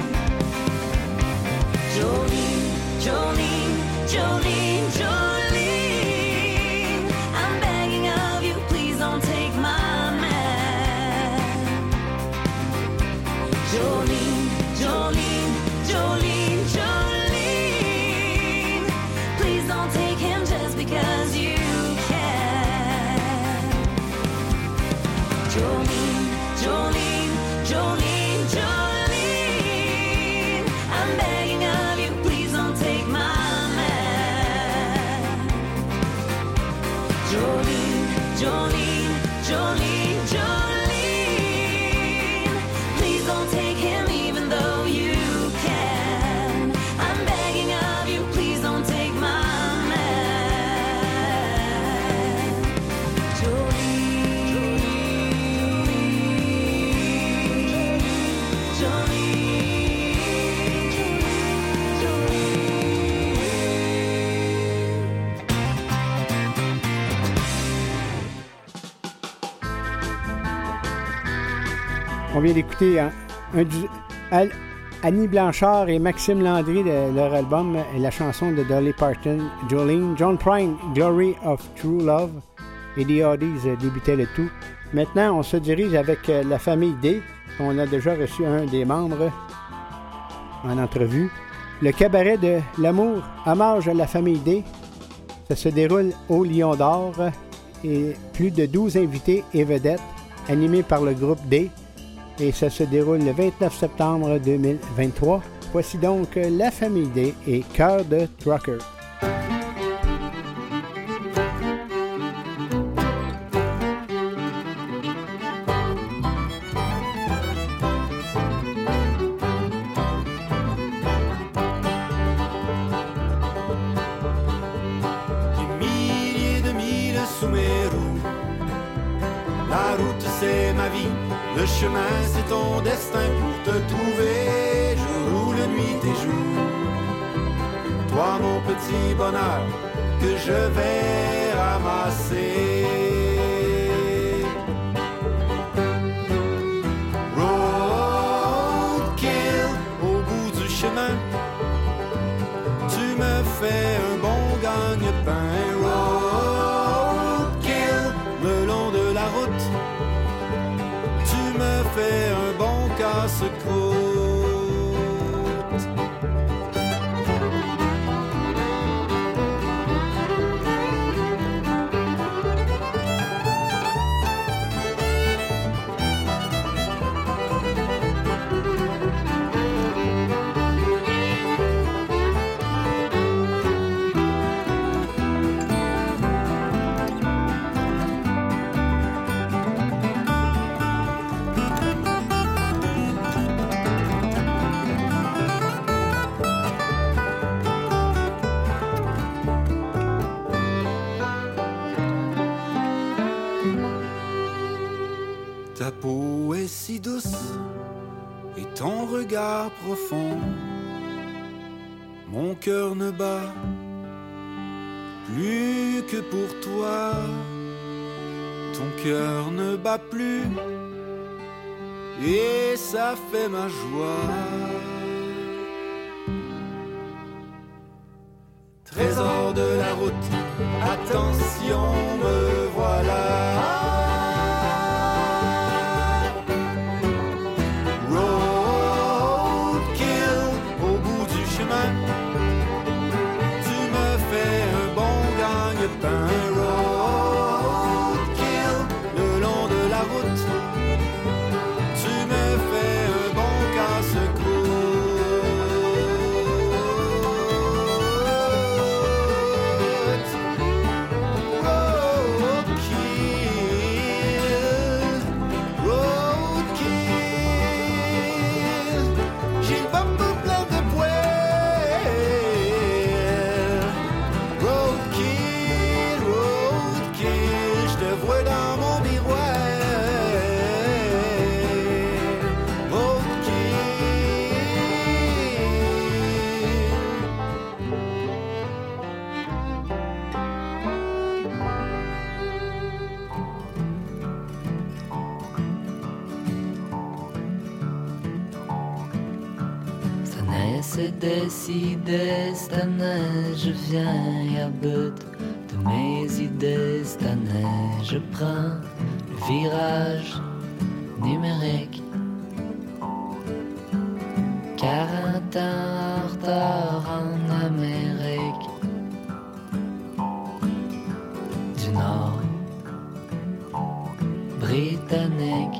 Jolene, Jolene, Jolene, Jolene. I'm begging of you, please don't take my man. Jolene, Jolene, Jolene, Jolene. Please don't take him just because you can. Jolene, Jolene, Jolene, Jolene. I'm begging of you, please don't take my man. Jolene, Jolene, Jolene, Jolene. Please don't take him even though you can. I'm begging of you, please don't take my man. Jolene, Jolene, On vient d'écouter un, un du, Al- Annie Blanchard et Maxime Landry de leur album, la chanson de Dolly Parton, Jolene. John Prine, Glory of True Love et The Oddies débutaient le tout. Maintenant, on se dirige avec la famille D. On a déjà reçu un des membres en entrevue. Le cabaret de l'amour, hommage à la famille D. Ça se déroule au Lion d'Or et plus de douze invités et vedettes animés par le groupe D. Et ça se déroule le vingt-neuf septembre deux mille vingt-trois. Voici donc la famille D et Cœur de Trucker. Des milliers de milles sous mes roues. La route c'est ma vie. Le chemin c'est ton destin pour te trouver, jour ou la nuit tes jours. Toi mon petit bonheur que je vais ramasser. Roadkill au bout du chemin, tu me fais un bon gagne-pain. Roadkill le long de la route, me fait un bon casse-croûte. Ta peau est si douce et ton regard profond. Mon cœur ne bat plus que pour toi. Ton cœur ne bat plus et ça fait ma joie. Trésor de la route, attention, me voilà. Roadkill, roadkill. c'est décidé, cette année je viens à bout de mes idées, cette année je prends le virage numérique. Quarante ans en retard en Amérique du Nord britannique.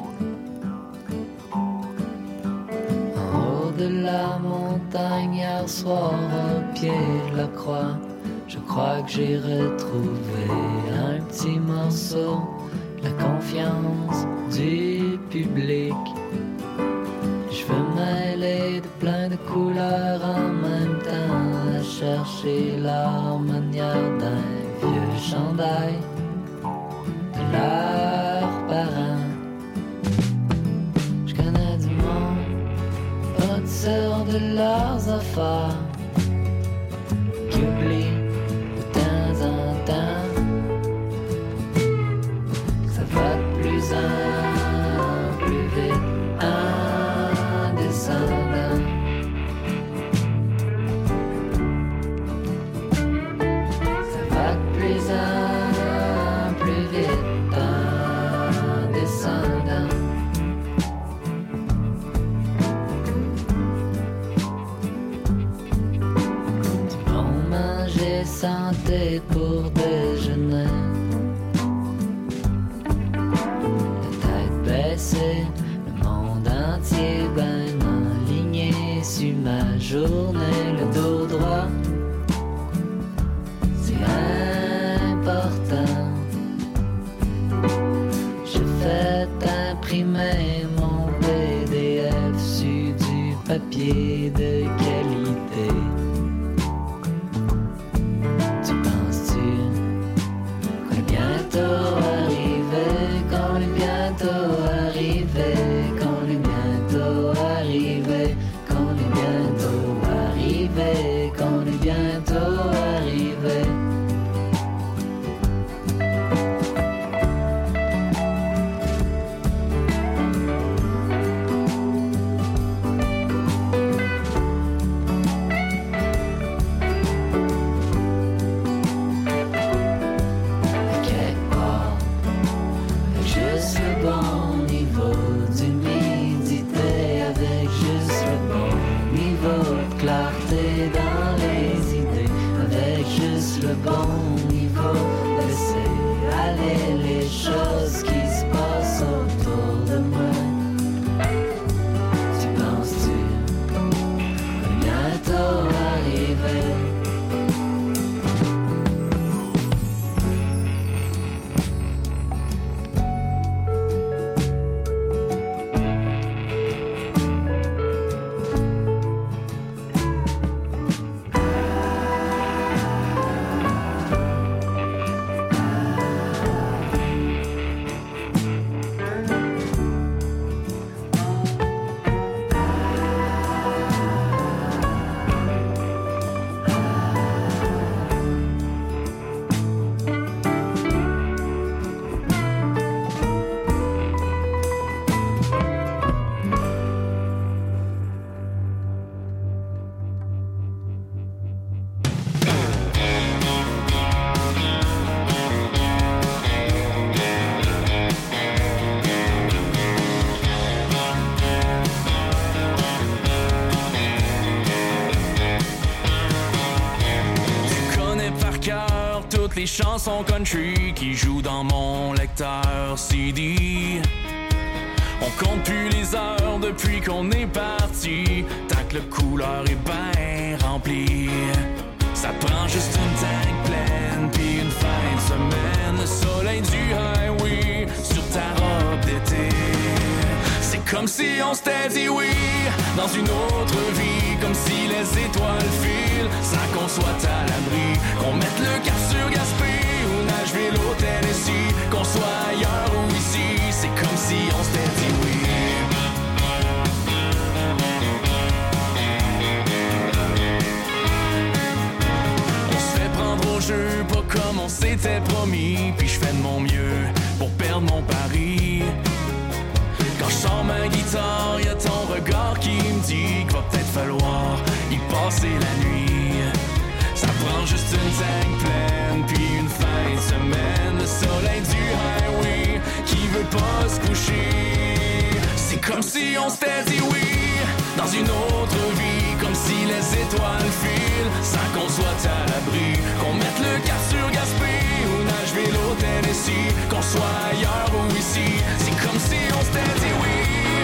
En haut de la montagne hier soir au pied de la croix, je crois que j'ai retrouvé un petit morceau de la confiance du public. Je veux mêler de plein de couleurs en même temps, à chercher l'harmonie d'un vieux chandail de leurs parents. Je connais du monde, pas de sœurs de leurs affaires, qui oublient de temps en temps que ça va de plus en plus vite en descendant. Ça va de plus en plus vite en descendant. Du bon manger santé pour déjeuner, la tête baissée, le monde entier ben aligné sur ma journée, le dos droit, c'est important. J'ai fait imprimer mon P D F sur du papier de qualité. Tu penses-tu qu'on est bientôt arrivé, qu'on est bientôt arrivé, qu'on est bientôt arrivé, qu'on est bientôt arrivé, qu'on est bientôt arrivé. Quelque part, avec juste le bon niveau d'humidité, avec juste le bon niveau de clarté dans les idées, avec juste le bon niveau de laisser aller les choses qui se passent autour de moi. Tu penses-tu qu'on est bientôt arrivé? Tu connais par cœur toutes les chansons country qui jouent dans mon lecteur C D. On compte plus les heures depuis qu'on est parti, tant que le couleur est bien rempli. Ça prend juste une tank pleine puis une fin de semaine, le soleil du highway sur ta robe d'été. C'est comme si on s'était dit oui dans une autre vie, comme si les étoiles filent sans qu'on soit à l'abri, qu'on mette le cap sur Gaspé ou Nashville au Tennessee, qu'on soit ailleurs ou ici. C'est comme si on s'était dit oui. On se fait prendre au jeu, pas comme on s'était promis, puis je fais de mon mieux pour perdre mon pari. Quand je sors ma guitare, y'a ton regard qui me dit qu'il va peut-être falloir y prend juste une tank pleine, puis une fin de semaine. Le soleil du highway qui veut pas se coucher. C'est comme si on s'était dit oui dans une autre vie, comme si les étoiles filent sans qu'on soit à l'abri, qu'on mette le cap sur Gaspé ou Nashville au Tennessee, qu'on soit ailleurs ou ici. C'est comme si on s'était dit oui.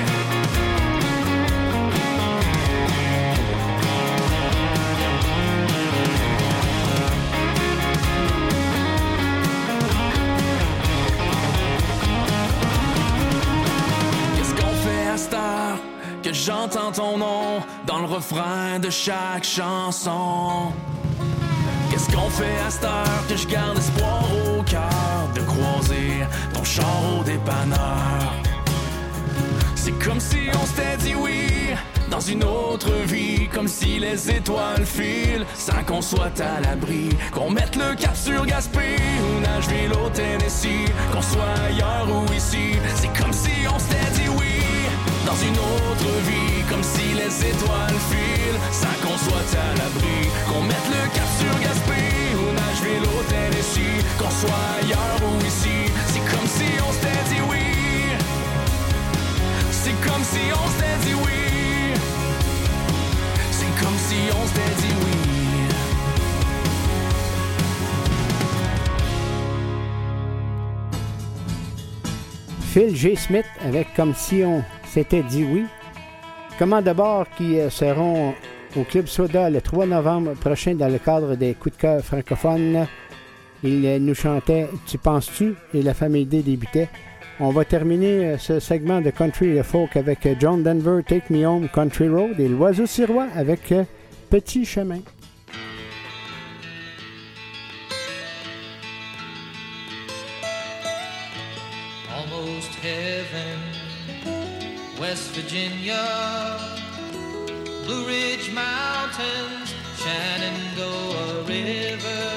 Que j'entends ton nom dans le refrain de chaque chanson. Qu'est-ce qu'on fait à cette heure que je garde espoir au cœur de croiser ton char au dépanneur? C'est comme si on s'était dit oui dans une autre vie, comme si les étoiles filent sans qu'on soit à l'abri, qu'on mette le cap sur Gaspé ou Nashville au Tennessee, qu'on soit ailleurs ou ici. C'est comme si on s'était dit oui dans une autre vie, comme si les étoiles filent sans qu'on soit à l'abri, qu'on mette le cap sur Gaspé ou Nashville au Tennessee, qu'on soit ailleurs ou ici. C'est comme si on s'était dit oui. C'est comme si on s'était dit oui. C'est comme si on s'était dit oui. Phil G. Smith avec Comme si on s'était dit oui. Commandes de bord qui seront au Club Soda le trois novembre prochain dans le cadre des coups de cœur francophones. Il nous chantait Tu penses-tu et la famille D débutait. On va terminer ce segment de country et folk avec John Denver, Take Me Home, Country Road, et l'Oiseau Sirois avec Petit Chemin. Almost heaven, West Virginia, Blue Ridge Mountains, Shenandoah River.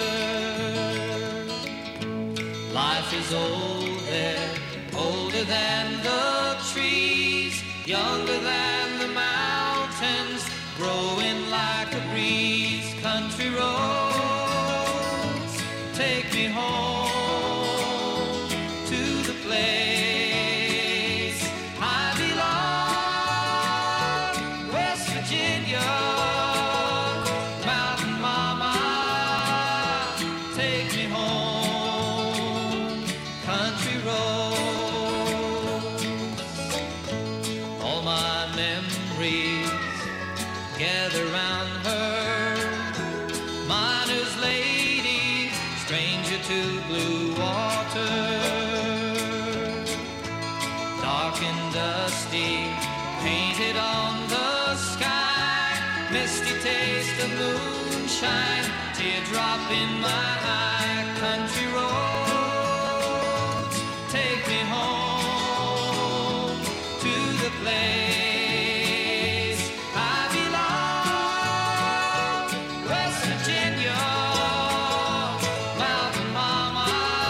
Life is old there, older than the trees, younger than the mountains, growing like a breeze. Country roads, take me home to the place I belong. West Virginia, Mountain Mama, take me home. Country roads, all my memories gather round her. Miner's lady, stranger to blue water, dark and dusty, painted on the sky, misty taste of moonshine, teardrop in my eye. Country roads, take me home to the place I belong. West Virginia, Mountain Mama,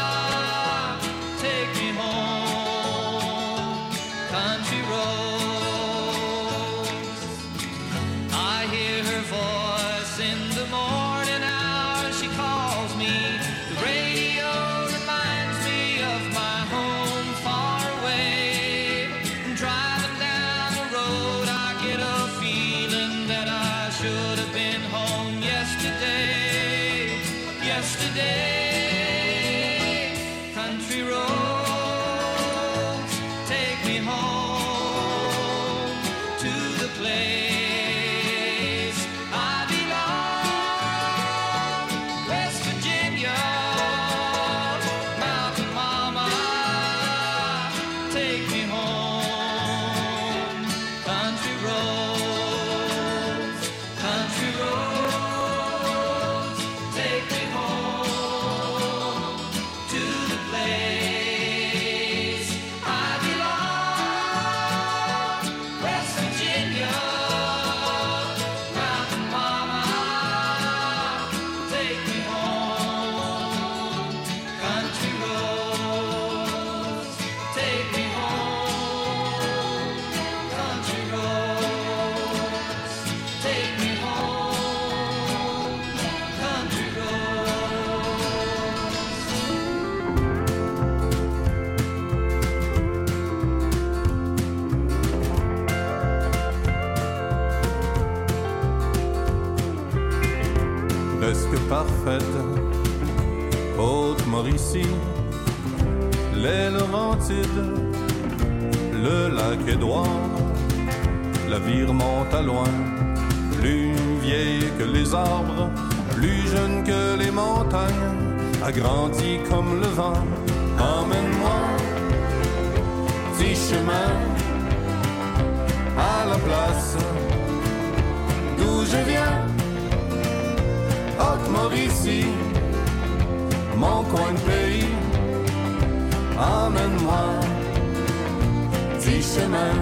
take me home. Country roads, I hear her voice in the morning hour. She calls me. The radio reminds me of my home far away. Driving down the road, I get a feeling that I should have been home yesterday. Yesterday, country roads, take me home to the place I belong. West Virginia, Mountain Mama, take me home. Country roads, country roads, take me home. fête. Haute-Mauricie, les Laurentides, le lac Édouard, la vie remonte à loin, plus vieille que les arbres, plus jeune que les montagnes, agrandie comme le vent. Emmène-moi, petit chemin, à la place d'où je viens, Haute-Mauricie, mon coin de pays. Emmène-moi, petit chemin.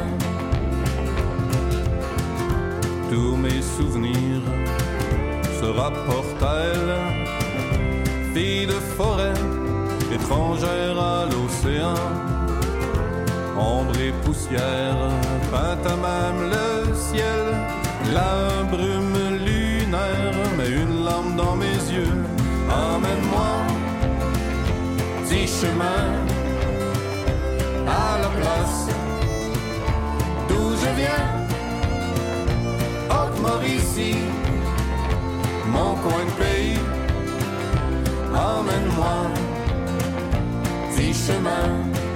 Tous mes souvenirs se rapportent à elle, fille de forêt, étrangère à l'océan. Ombre et poussière, peinte à même le ciel. La brume lunaire met une lampe dans mes yeux. Emmène-moi, petit chemin, à la place d'où je viens, Haute-Mauricie, mon coin de pays. Emmène-moi, petit chemin.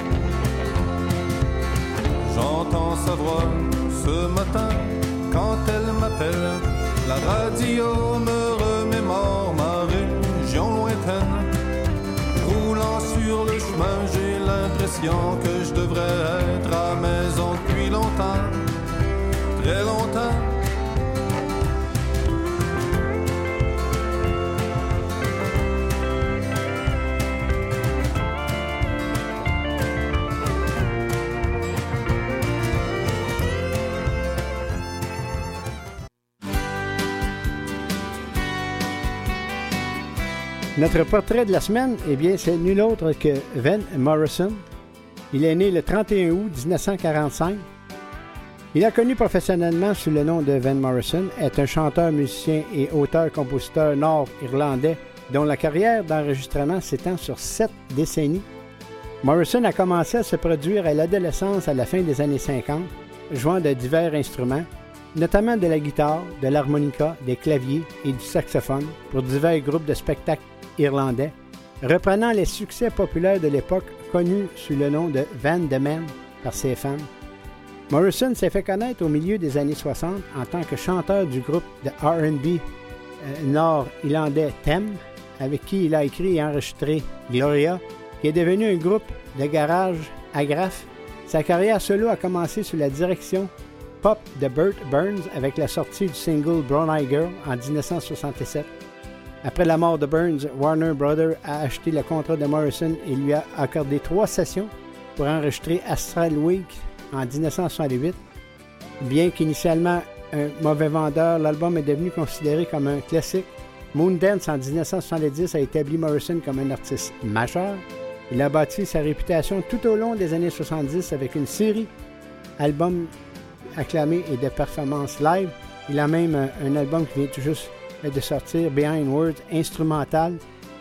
J'entends sa voix ce matin quand elle m'appelle. La radio me remémore ma région lointaine. Roulant sur le chemin, j'ai l'impression que je devrais être à la maison depuis longtemps, très longtemps. Notre portrait de la semaine, eh bien, c'est nul autre que Van Morrison. Il est né le trente et un août dix-neuf cent quarante-cinq. Il a connu professionnellement sous le nom de Van Morrison, est un chanteur, musicien et auteur-compositeur nord-irlandais dont la carrière d'enregistrement s'étend sur sept décennies. Morrison a commencé à se produire à l'adolescence à la fin des années cinquante, jouant de divers instruments, notamment de la guitare, de l'harmonica, des claviers et du saxophone pour divers groupes de spectacles irlandais, reprenant les succès populaires de l'époque connus sous le nom de Van the Man par ses fans. Morrison s'est fait connaître au milieu des années soixante en tant que chanteur du groupe de R and B euh, nord-irlandais Them, avec qui il a écrit et enregistré Gloria, qui est devenu un groupe de garage agraf. Sa carrière solo a commencé sous la direction pop de Bert Burns avec la sortie du single Brown Eye Girl en dix-neuf cent soixante-sept. Après la mort de Burns, Warner Brothers a acheté le contrat de Morrison et lui a accordé trois sessions pour enregistrer Astral Week en dix-neuf cent soixante-huit. Bien qu'initialement un mauvais vendeur, l'album est devenu considéré comme un classique. Moondance en dix-neuf cent soixante-dix a établi Morrison comme un artiste majeur. Il a bâti sa réputation tout au long des années soixante-dix avec une série d'albums acclamés et de performances live. Il a même un, un album qui vient tout juste de sortir, Behind Words, instrumental.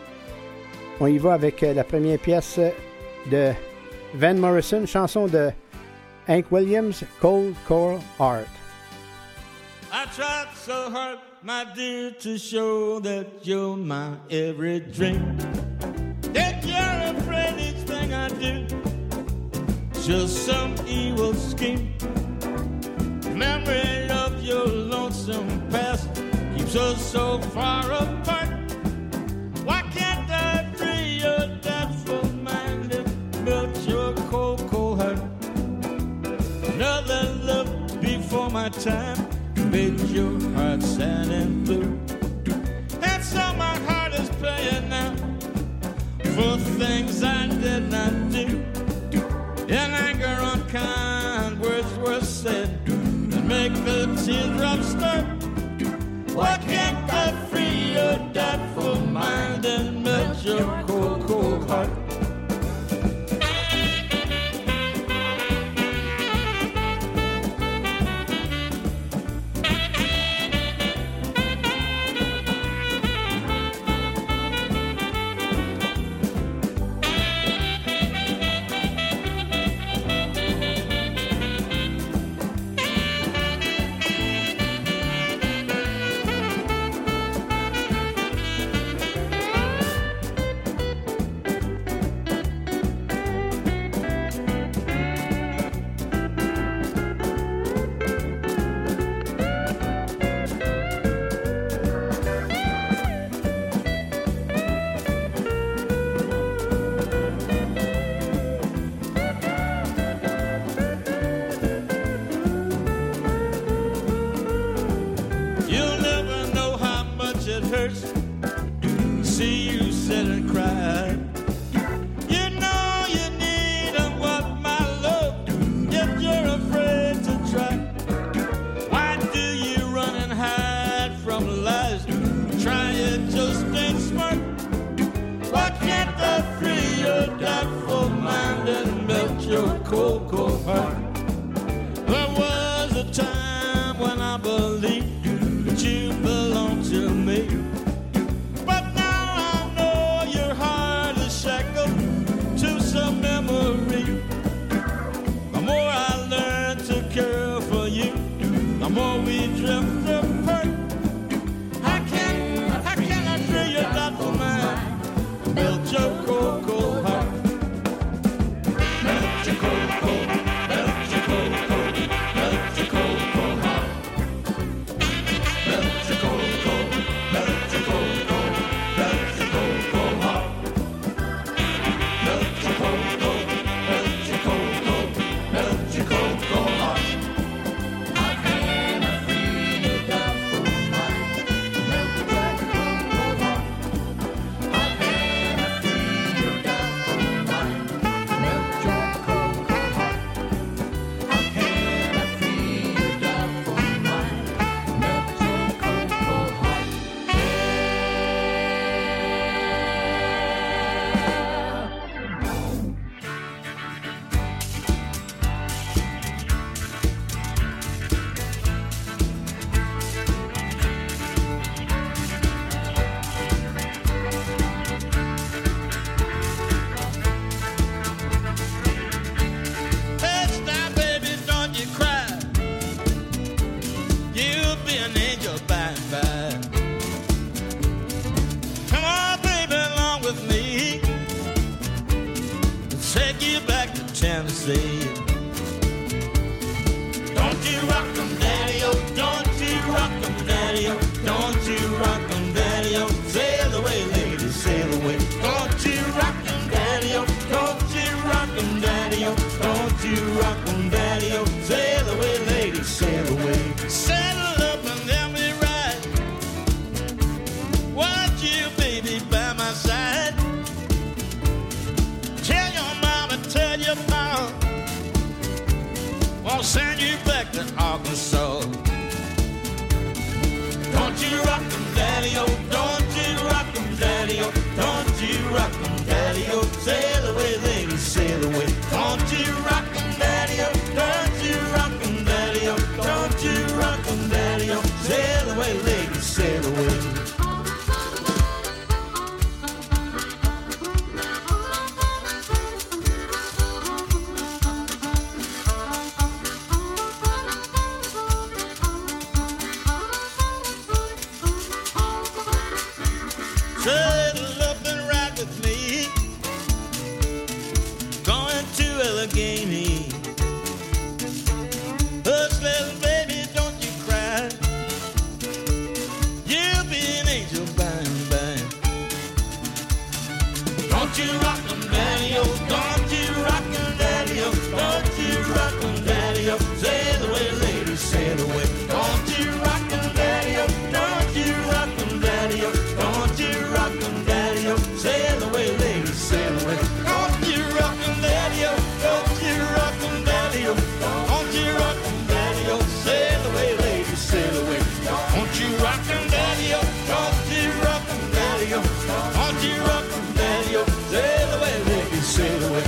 On y va avec la première pièce de Van Morrison, chanson de Hank Williams, Cold Coral Heart. I tried so hard, my dear, to show that you're my every dream. That you're afraid each thing I do, just some evil scheme. Memory of your lonesome past keeps us so far apart. Why can't I free your doubtful mind and melt your cold, cold heart? Another love before my time made your heart sad and blue. And so my heart is paying now for things I did not do. In anger, unkind words were said that make the teardrops start. Why can't I free your doubtful mind and melt your cold, cold heart? see you sit and cry. You know you need a what my love, yet you're afraid to try. Why do you run and hide from lies? Try it, just ain't smart. Why can't I free your doubtful mind and melt your cold, cold heart? There was a time when I believed that you belonged to me, but now I know your heart is shackled to some memory. The more I learn to care for you, the more we drift apart. How can, how can I free your doubtful mind, melt your cold, cold heart? Melt your cold, cold, melt your cold, cold, melt your cold, cold heart. Melt your cold, cold, melt your cold, cold, melt your cold, cold heart. Melt your cold, cold, melt your cold, cold, melt your cold, cold heart. How can I free your doubtful mind? Melt your cold, cold heart. How can I free your doubtful mind? Melt your cold, cold heart. How can I free your doubtful mind? Melt your cold, cold heart. Hush now, baby, don't you cry. You'll be an angel by and by. Come on, baby, along with me. Let's take you back to Tennessee. Don't you rock 'em, daddy-o, don't you rock 'em, daddy-o, don't you rock 'em, daddy-o, sail away, lady, sail away. Don't you rock 'em, daddy-o, don't you rock 'em, daddy-o, don't you rock 'em, daddy-o, sail away, lady, sail away. Saddle up and let me ride. Want you, baby, by my side. Tell your mama, tell your mom, I'll send you back to Arkansas. Don't you rock 'em, daddy-o, don't you rock 'em, daddy-o, don't you rock 'em, daddy-o, sail away, lady, sail away. Don't you rock 'em, daddy-o, don't you rock 'em, daddy-o, don't you rock 'em, daddy-o, sail away, lady, sail away. Saddle up and ride with me, going to Allegheny. Hush, little baby, don't you cry. You'll be an angel by and by. Don't you rock 'em, daddy-o, don't you rock 'em, daddy-o, don't you rock 'em, daddy-o, sail away, lady, sail away. Don't you rock 'em, daddy-o, don't you rock 'em, daddy-o, don't you rock 'em, daddy-o, sail away, lady, sail away. Don't you rock 'em, daddy-o, don't you rock 'em, daddy-o, don't you rock 'em, daddy-o, sail away, lady, sail away. Don't you rock 'em, daddy-o, don't you rock 'em, daddy-o, don't you rock 'em, daddy-o, sail away, lady, sail away.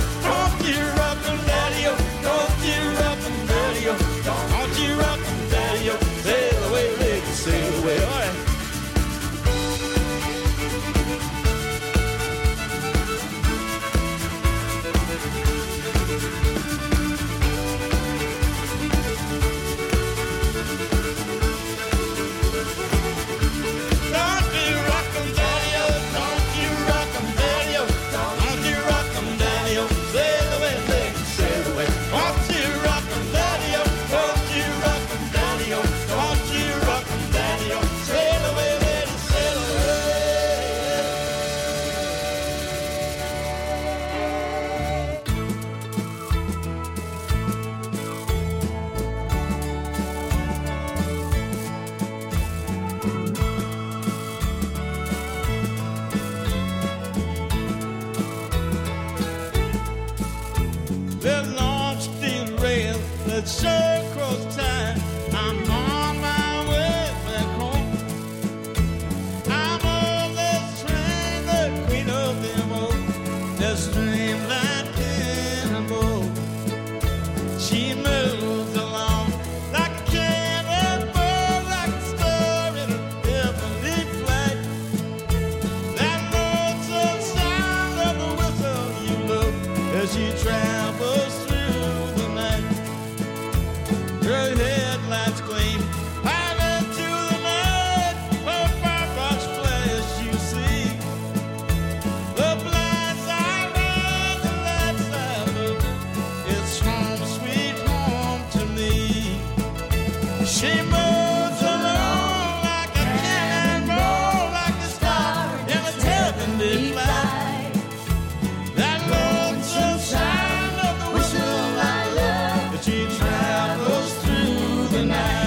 it sure grows tight. I'm on my way back home. I'm on this train, the queen of them all, the streamline cannonball. She moves along like a cannonball, like a star in a heavenly flight. That lonesome sound of the whistle you love as she travels through the night. Her headlights gleam out into the night. Her firebox flash you see. The blind side and the light side look. It's home, sweet home to me. She moves along like a cannonball, like a star in a heavenly flight. That lonesome sound of the whistle I love as she travels through the night.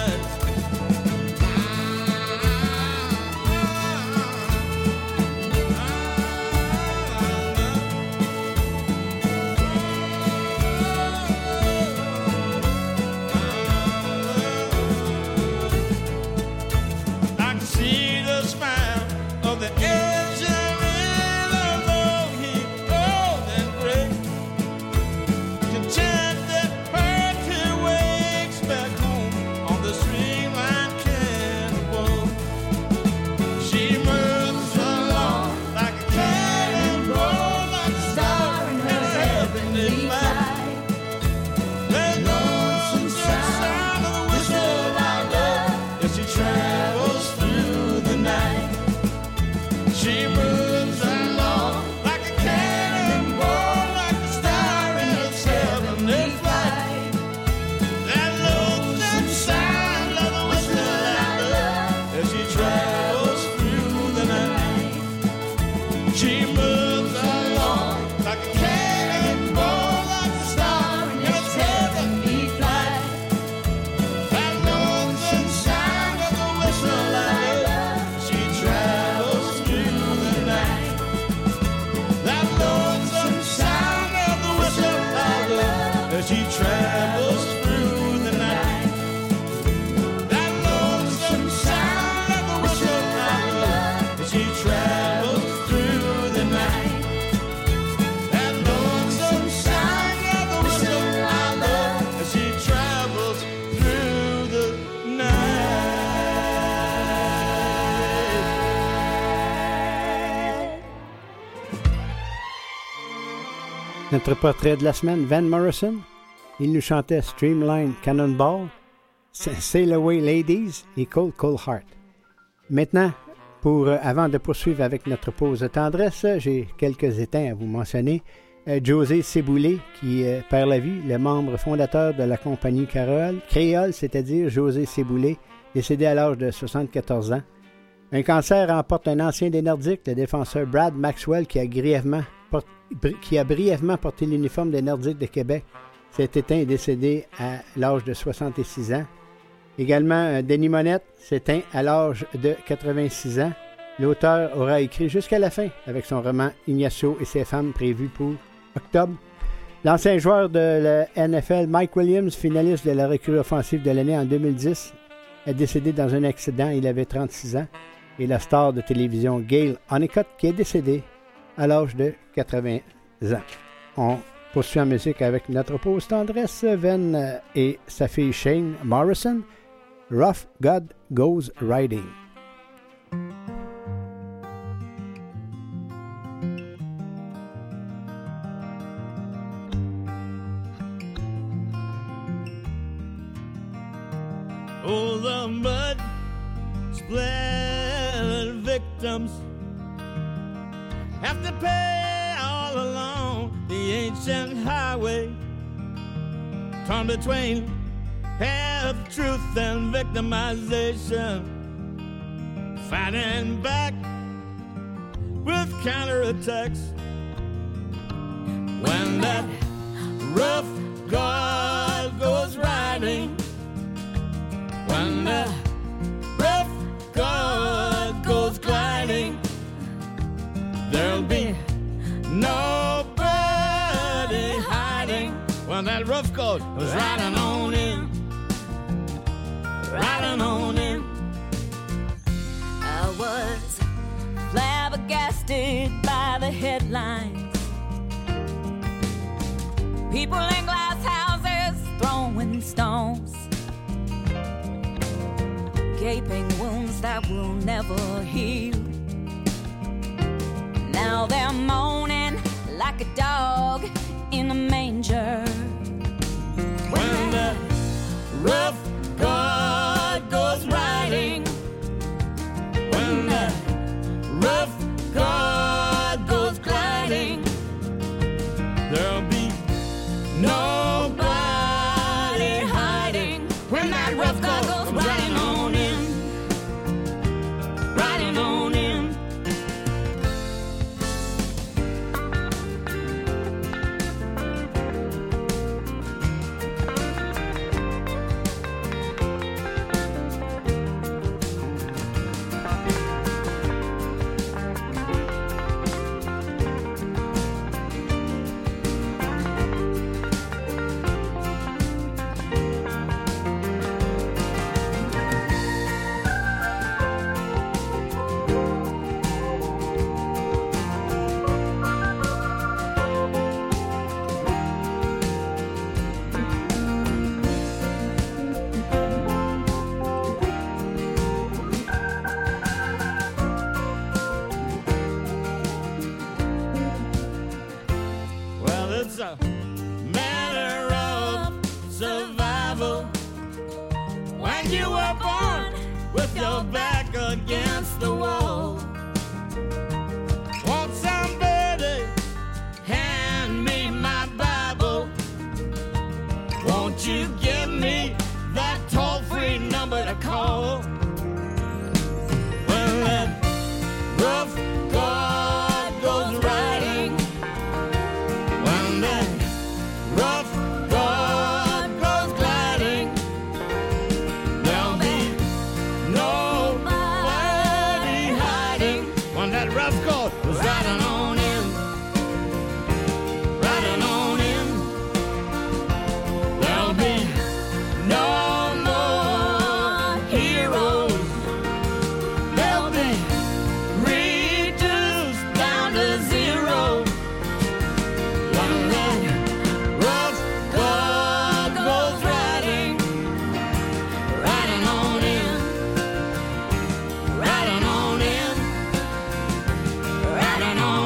I can see the smile of the engine in a low heat, old and gray. Content that her two wakes back home on the streamline cannonball. She moves along like a cannonball, like a star in her heavenly flight. That lonesome sound of the whistle I love as she travels through the night. She moves along like a cannonball, like a star in her heavenly flight. That lonesome sound of the whistle I love as she travels through the night. She moves along like a cannonball, like a star in her heavenly flight. That lonesome sound of the whistle I love as she travels through the night. That lonesome sound of the whistle I love as she travels through the night. That lonesome sound of the whistle I love as she travels through the night. That lonesome sound of the whistle I love as she travels through the night. Notre portrait de la semaine, Van Morrison. Il nous chantait Streamline Cannonball, Sail Away Ladies et Cold Cold Heart. Maintenant, pour, euh, avant de poursuivre avec notre pause de tendresse, j'ai quelques éteints à vous mentionner. Euh, José Ciboulé, qui euh, perd la vie, le membre fondateur de la compagnie Créole, Créole, c'est-à-dire José Ciboulé, décédé à l'âge de soixante-quatorze ans. Un cancer emporte un ancien des Nordiques, le défenseur Brad Maxwell, qui a grièvement porté qui a brièvement porté l'uniforme des Nordiques de Québec. Cet éteint est décédé à l'âge de soixante-six ans. Également, Denis Monette s'éteint à l'âge de quatre-vingt-six ans. L'auteur aura écrit jusqu'à la fin avec son roman Ignacio et ses femmes prévu pour octobre. L'ancien joueur de la N F L, Mike Williams, finaliste de la recrue offensive de l'année en deux mille dix, est décédé dans un accident. Il avait trente-six ans. Et la star de télévision Gail Honeycutt qui est décédée à l'âge de quatre-vingts ans. On poursuit en musique avec notre pause tendresse, Van et sa fille Shane Morrison, Rough God Goes Riding. Oh, the mud splattered victims have to pay all along the ancient highway, torn between half-truth and victimization, fighting back with counterattacks. When that rough God goes riding, when the rough God goes gliding, there'll be nobody hiding. When that rough coat was riding on in, riding on in. I was flabbergasted by the headlines. People in glass houses throwing stones, gaping wounds that will never heal. Now they're moaning like a dog in a manger. When the rough guard goes riding, when the rough guard goes gliding, There'll be nobody hiding. When that rough guard goes riding on in, riding on in. Well, it's a matter of survival. When you were born with your back against the wall, won't somebody hand me my Bible? Won't you give me that toll-free number to call? Well, that rough guard goes riding, when that rough guard goes gliding, there'll be nobody hiding. When that rough guard was riding on in, riding on in, there'll be no more heroes. They'll be reduced down to zero. When that rough guard goes riding, riding on in, riding on in, riding on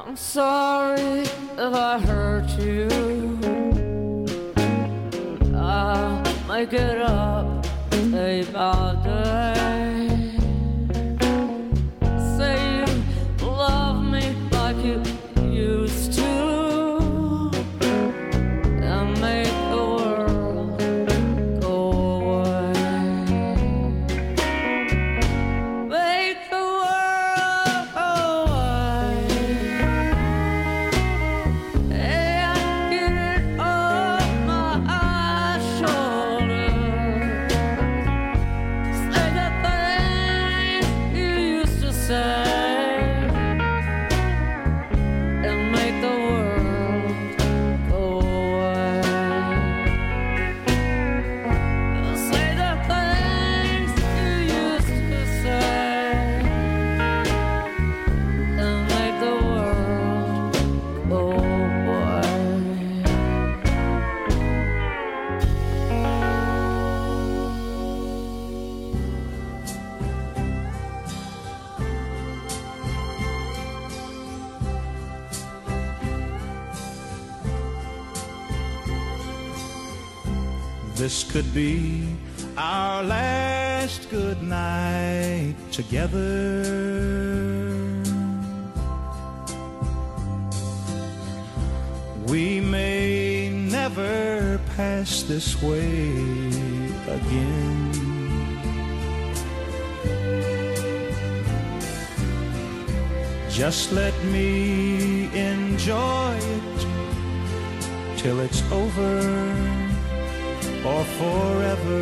I'm sorry if I hurt you. I'll make it up day by day. Say you love me like you used to, and make the world go away. Make the world go away and get it off my shoulders. Say the things you used to say. This could be our last good night together. We may never pass this way again. Just let me enjoy it till it's over or forever.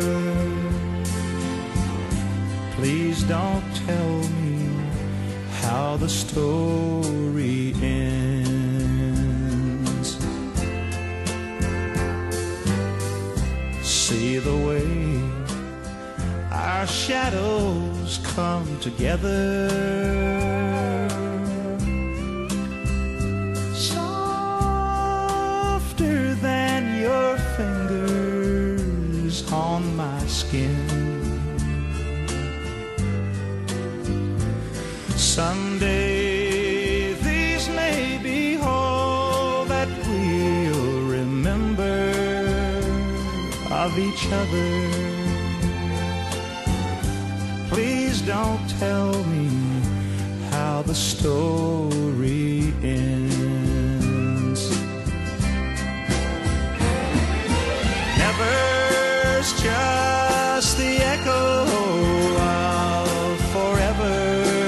Please don't tell me how the story ends. See the way our shadows come together. Softer than your fingers on my skin. Someday these may be all that we'll remember of each other. Please don't tell me how the story ends. Never's just the echo of forever.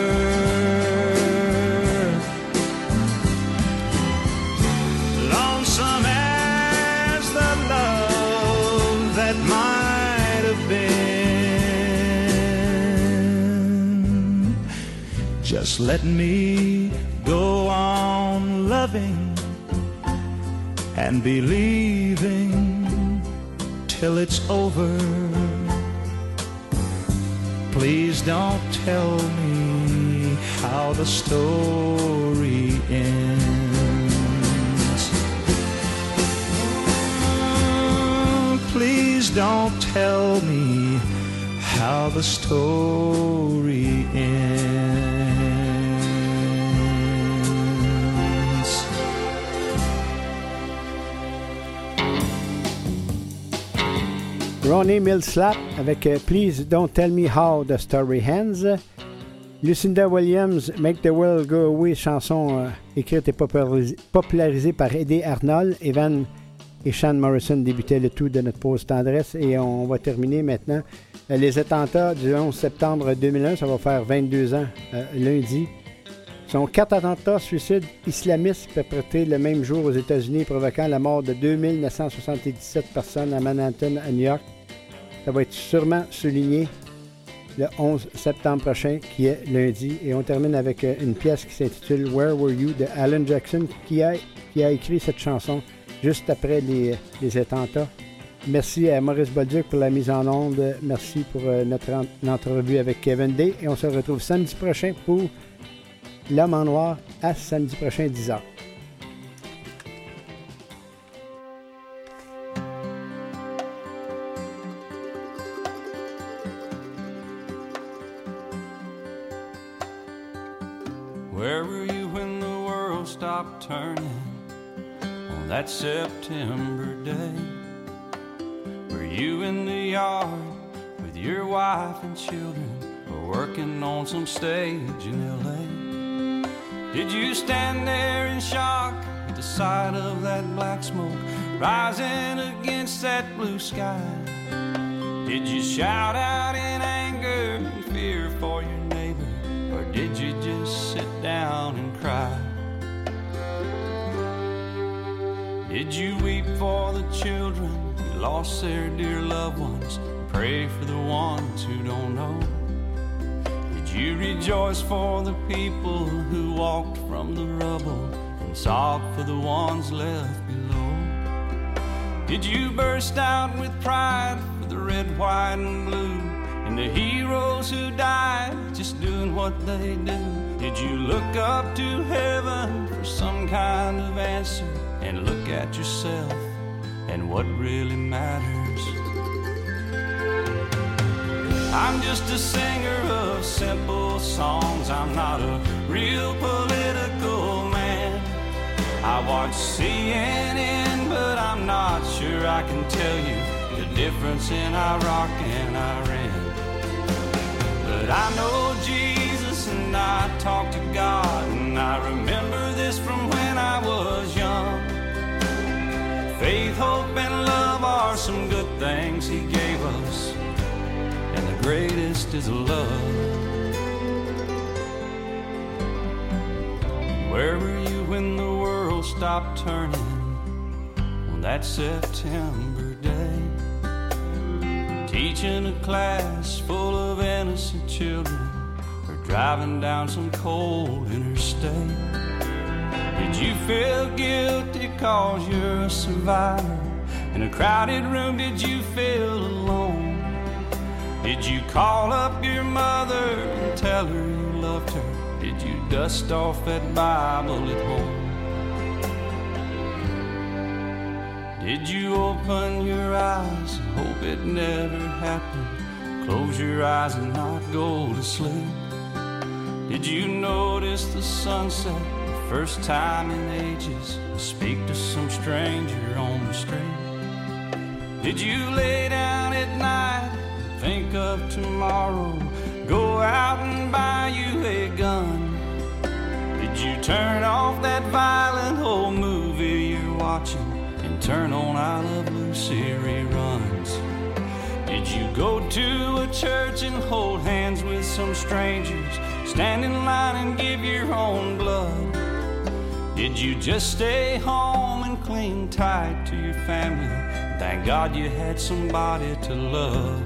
Lonesome as the love that might have been. Just let me go on loving and believing till it's over. Please don't tell me how the story ends. Please don't tell me how the story ends. Ronnie Milsap avec euh, Please Don't Tell Me How the Story Ends. Lucinda Williams, Make the World Go Away, chanson euh, écrite et popularisée, popularisée par Eddie Arnold. Evan et Sean Morrison débutaient le tout de notre pause tendresse. Et on va terminer maintenant euh, les attentats du onze septembre deux mille un. Ça va faire vingt-deux ans euh, lundi. Ce sont quatre attentats suicides islamistes perpétrés le même jour aux États-Unis, provoquant la mort de deux mille neuf cent soixante-dix-sept personnes à Manhattan, à New York. Ça va être sûrement souligné le onze septembre prochain, qui est lundi. Et on termine avec une pièce qui s'intitule « Where Were You » de Alan Jackson, qui a, qui a écrit cette chanson juste après les, les attentats. Merci à Maurice Bolduc pour la mise en onde. Merci pour notre en, entrevue avec Kevin Day. Et on se retrouve samedi prochain pour L'Homme en Noir, à samedi prochain, dix heures. Where were you when the world stopped turning on that September day. Were you in the yard with your wife and children, or working on some stage in L A? Did you stand there in shock at the sight of that black smoke rising against that blue sky? Did you shout out in anger and fear for your neighbor, or did you just sit down and cry? Did you weep for the children who lost their dear loved ones, and pray for the ones who don't know? Did you rejoice for the people who walked from the rubble, and sob for the ones left below? Did you burst out with pride for the red, white, and blue, and the heroes who died just doing what they do? Did you look up to heaven for some kind of answer, and look at yourself and what really matters? I'm just a singer of simple songs. I'm not a real political man. I watch C N N, but I'm not sure I can tell you the difference in Iraq and Iran. But I know Jesus and I talk to God, and I remember this from when I was young. Faith, hope, and love are some good things He gave us, and the greatest is love. Where were you when the world stopped turning on that September day? Teaching a class full of innocent children, or driving down some cold interstate? Did you feel guilty cause you're a survivor? In a crowded room, did you feel alone? Did you call up your mother and tell her you loved her? Did you dust off that Bible at home? Did you open your eyes and hope it never happened? Close your eyes and not go to sleep? Did you notice the sunset the first time in ages, and speak to some stranger on the street? Did you lay down at night and think of tomorrow, go out and buy you a gun? Did you turn off that violent old movie you're watching and turn on I Love Lucy reruns? Did you go to a church and hold hands with some strangers, stand in line and give your own blood? Did you just stay home and cling tight to your family? Thank God you had somebody to love.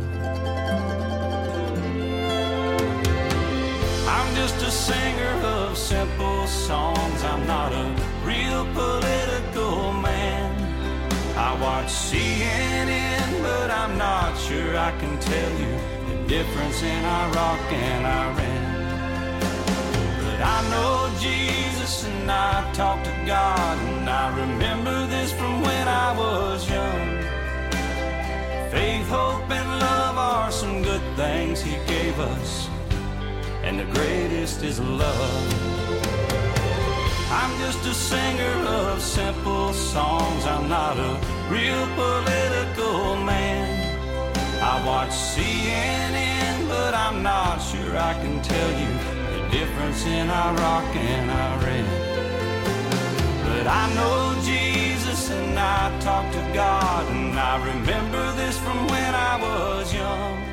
I'm just a singer of simple songs. I'm not a real political man. I watch C N N, but I'm not sure I can tell you the difference in Iraq and Iran. But I know Jesus and I talk to God, and I remember this from when I was young. Faith, hope, and love are some good things He gave us, and the greatest is love. I'm just a singer of simple songs. I'm not a real political man. I watch C N N, but I'm not sure I can tell you the difference in Iraq and Iran. But I know Jesus and I talk to God, and I remember this from when I was young.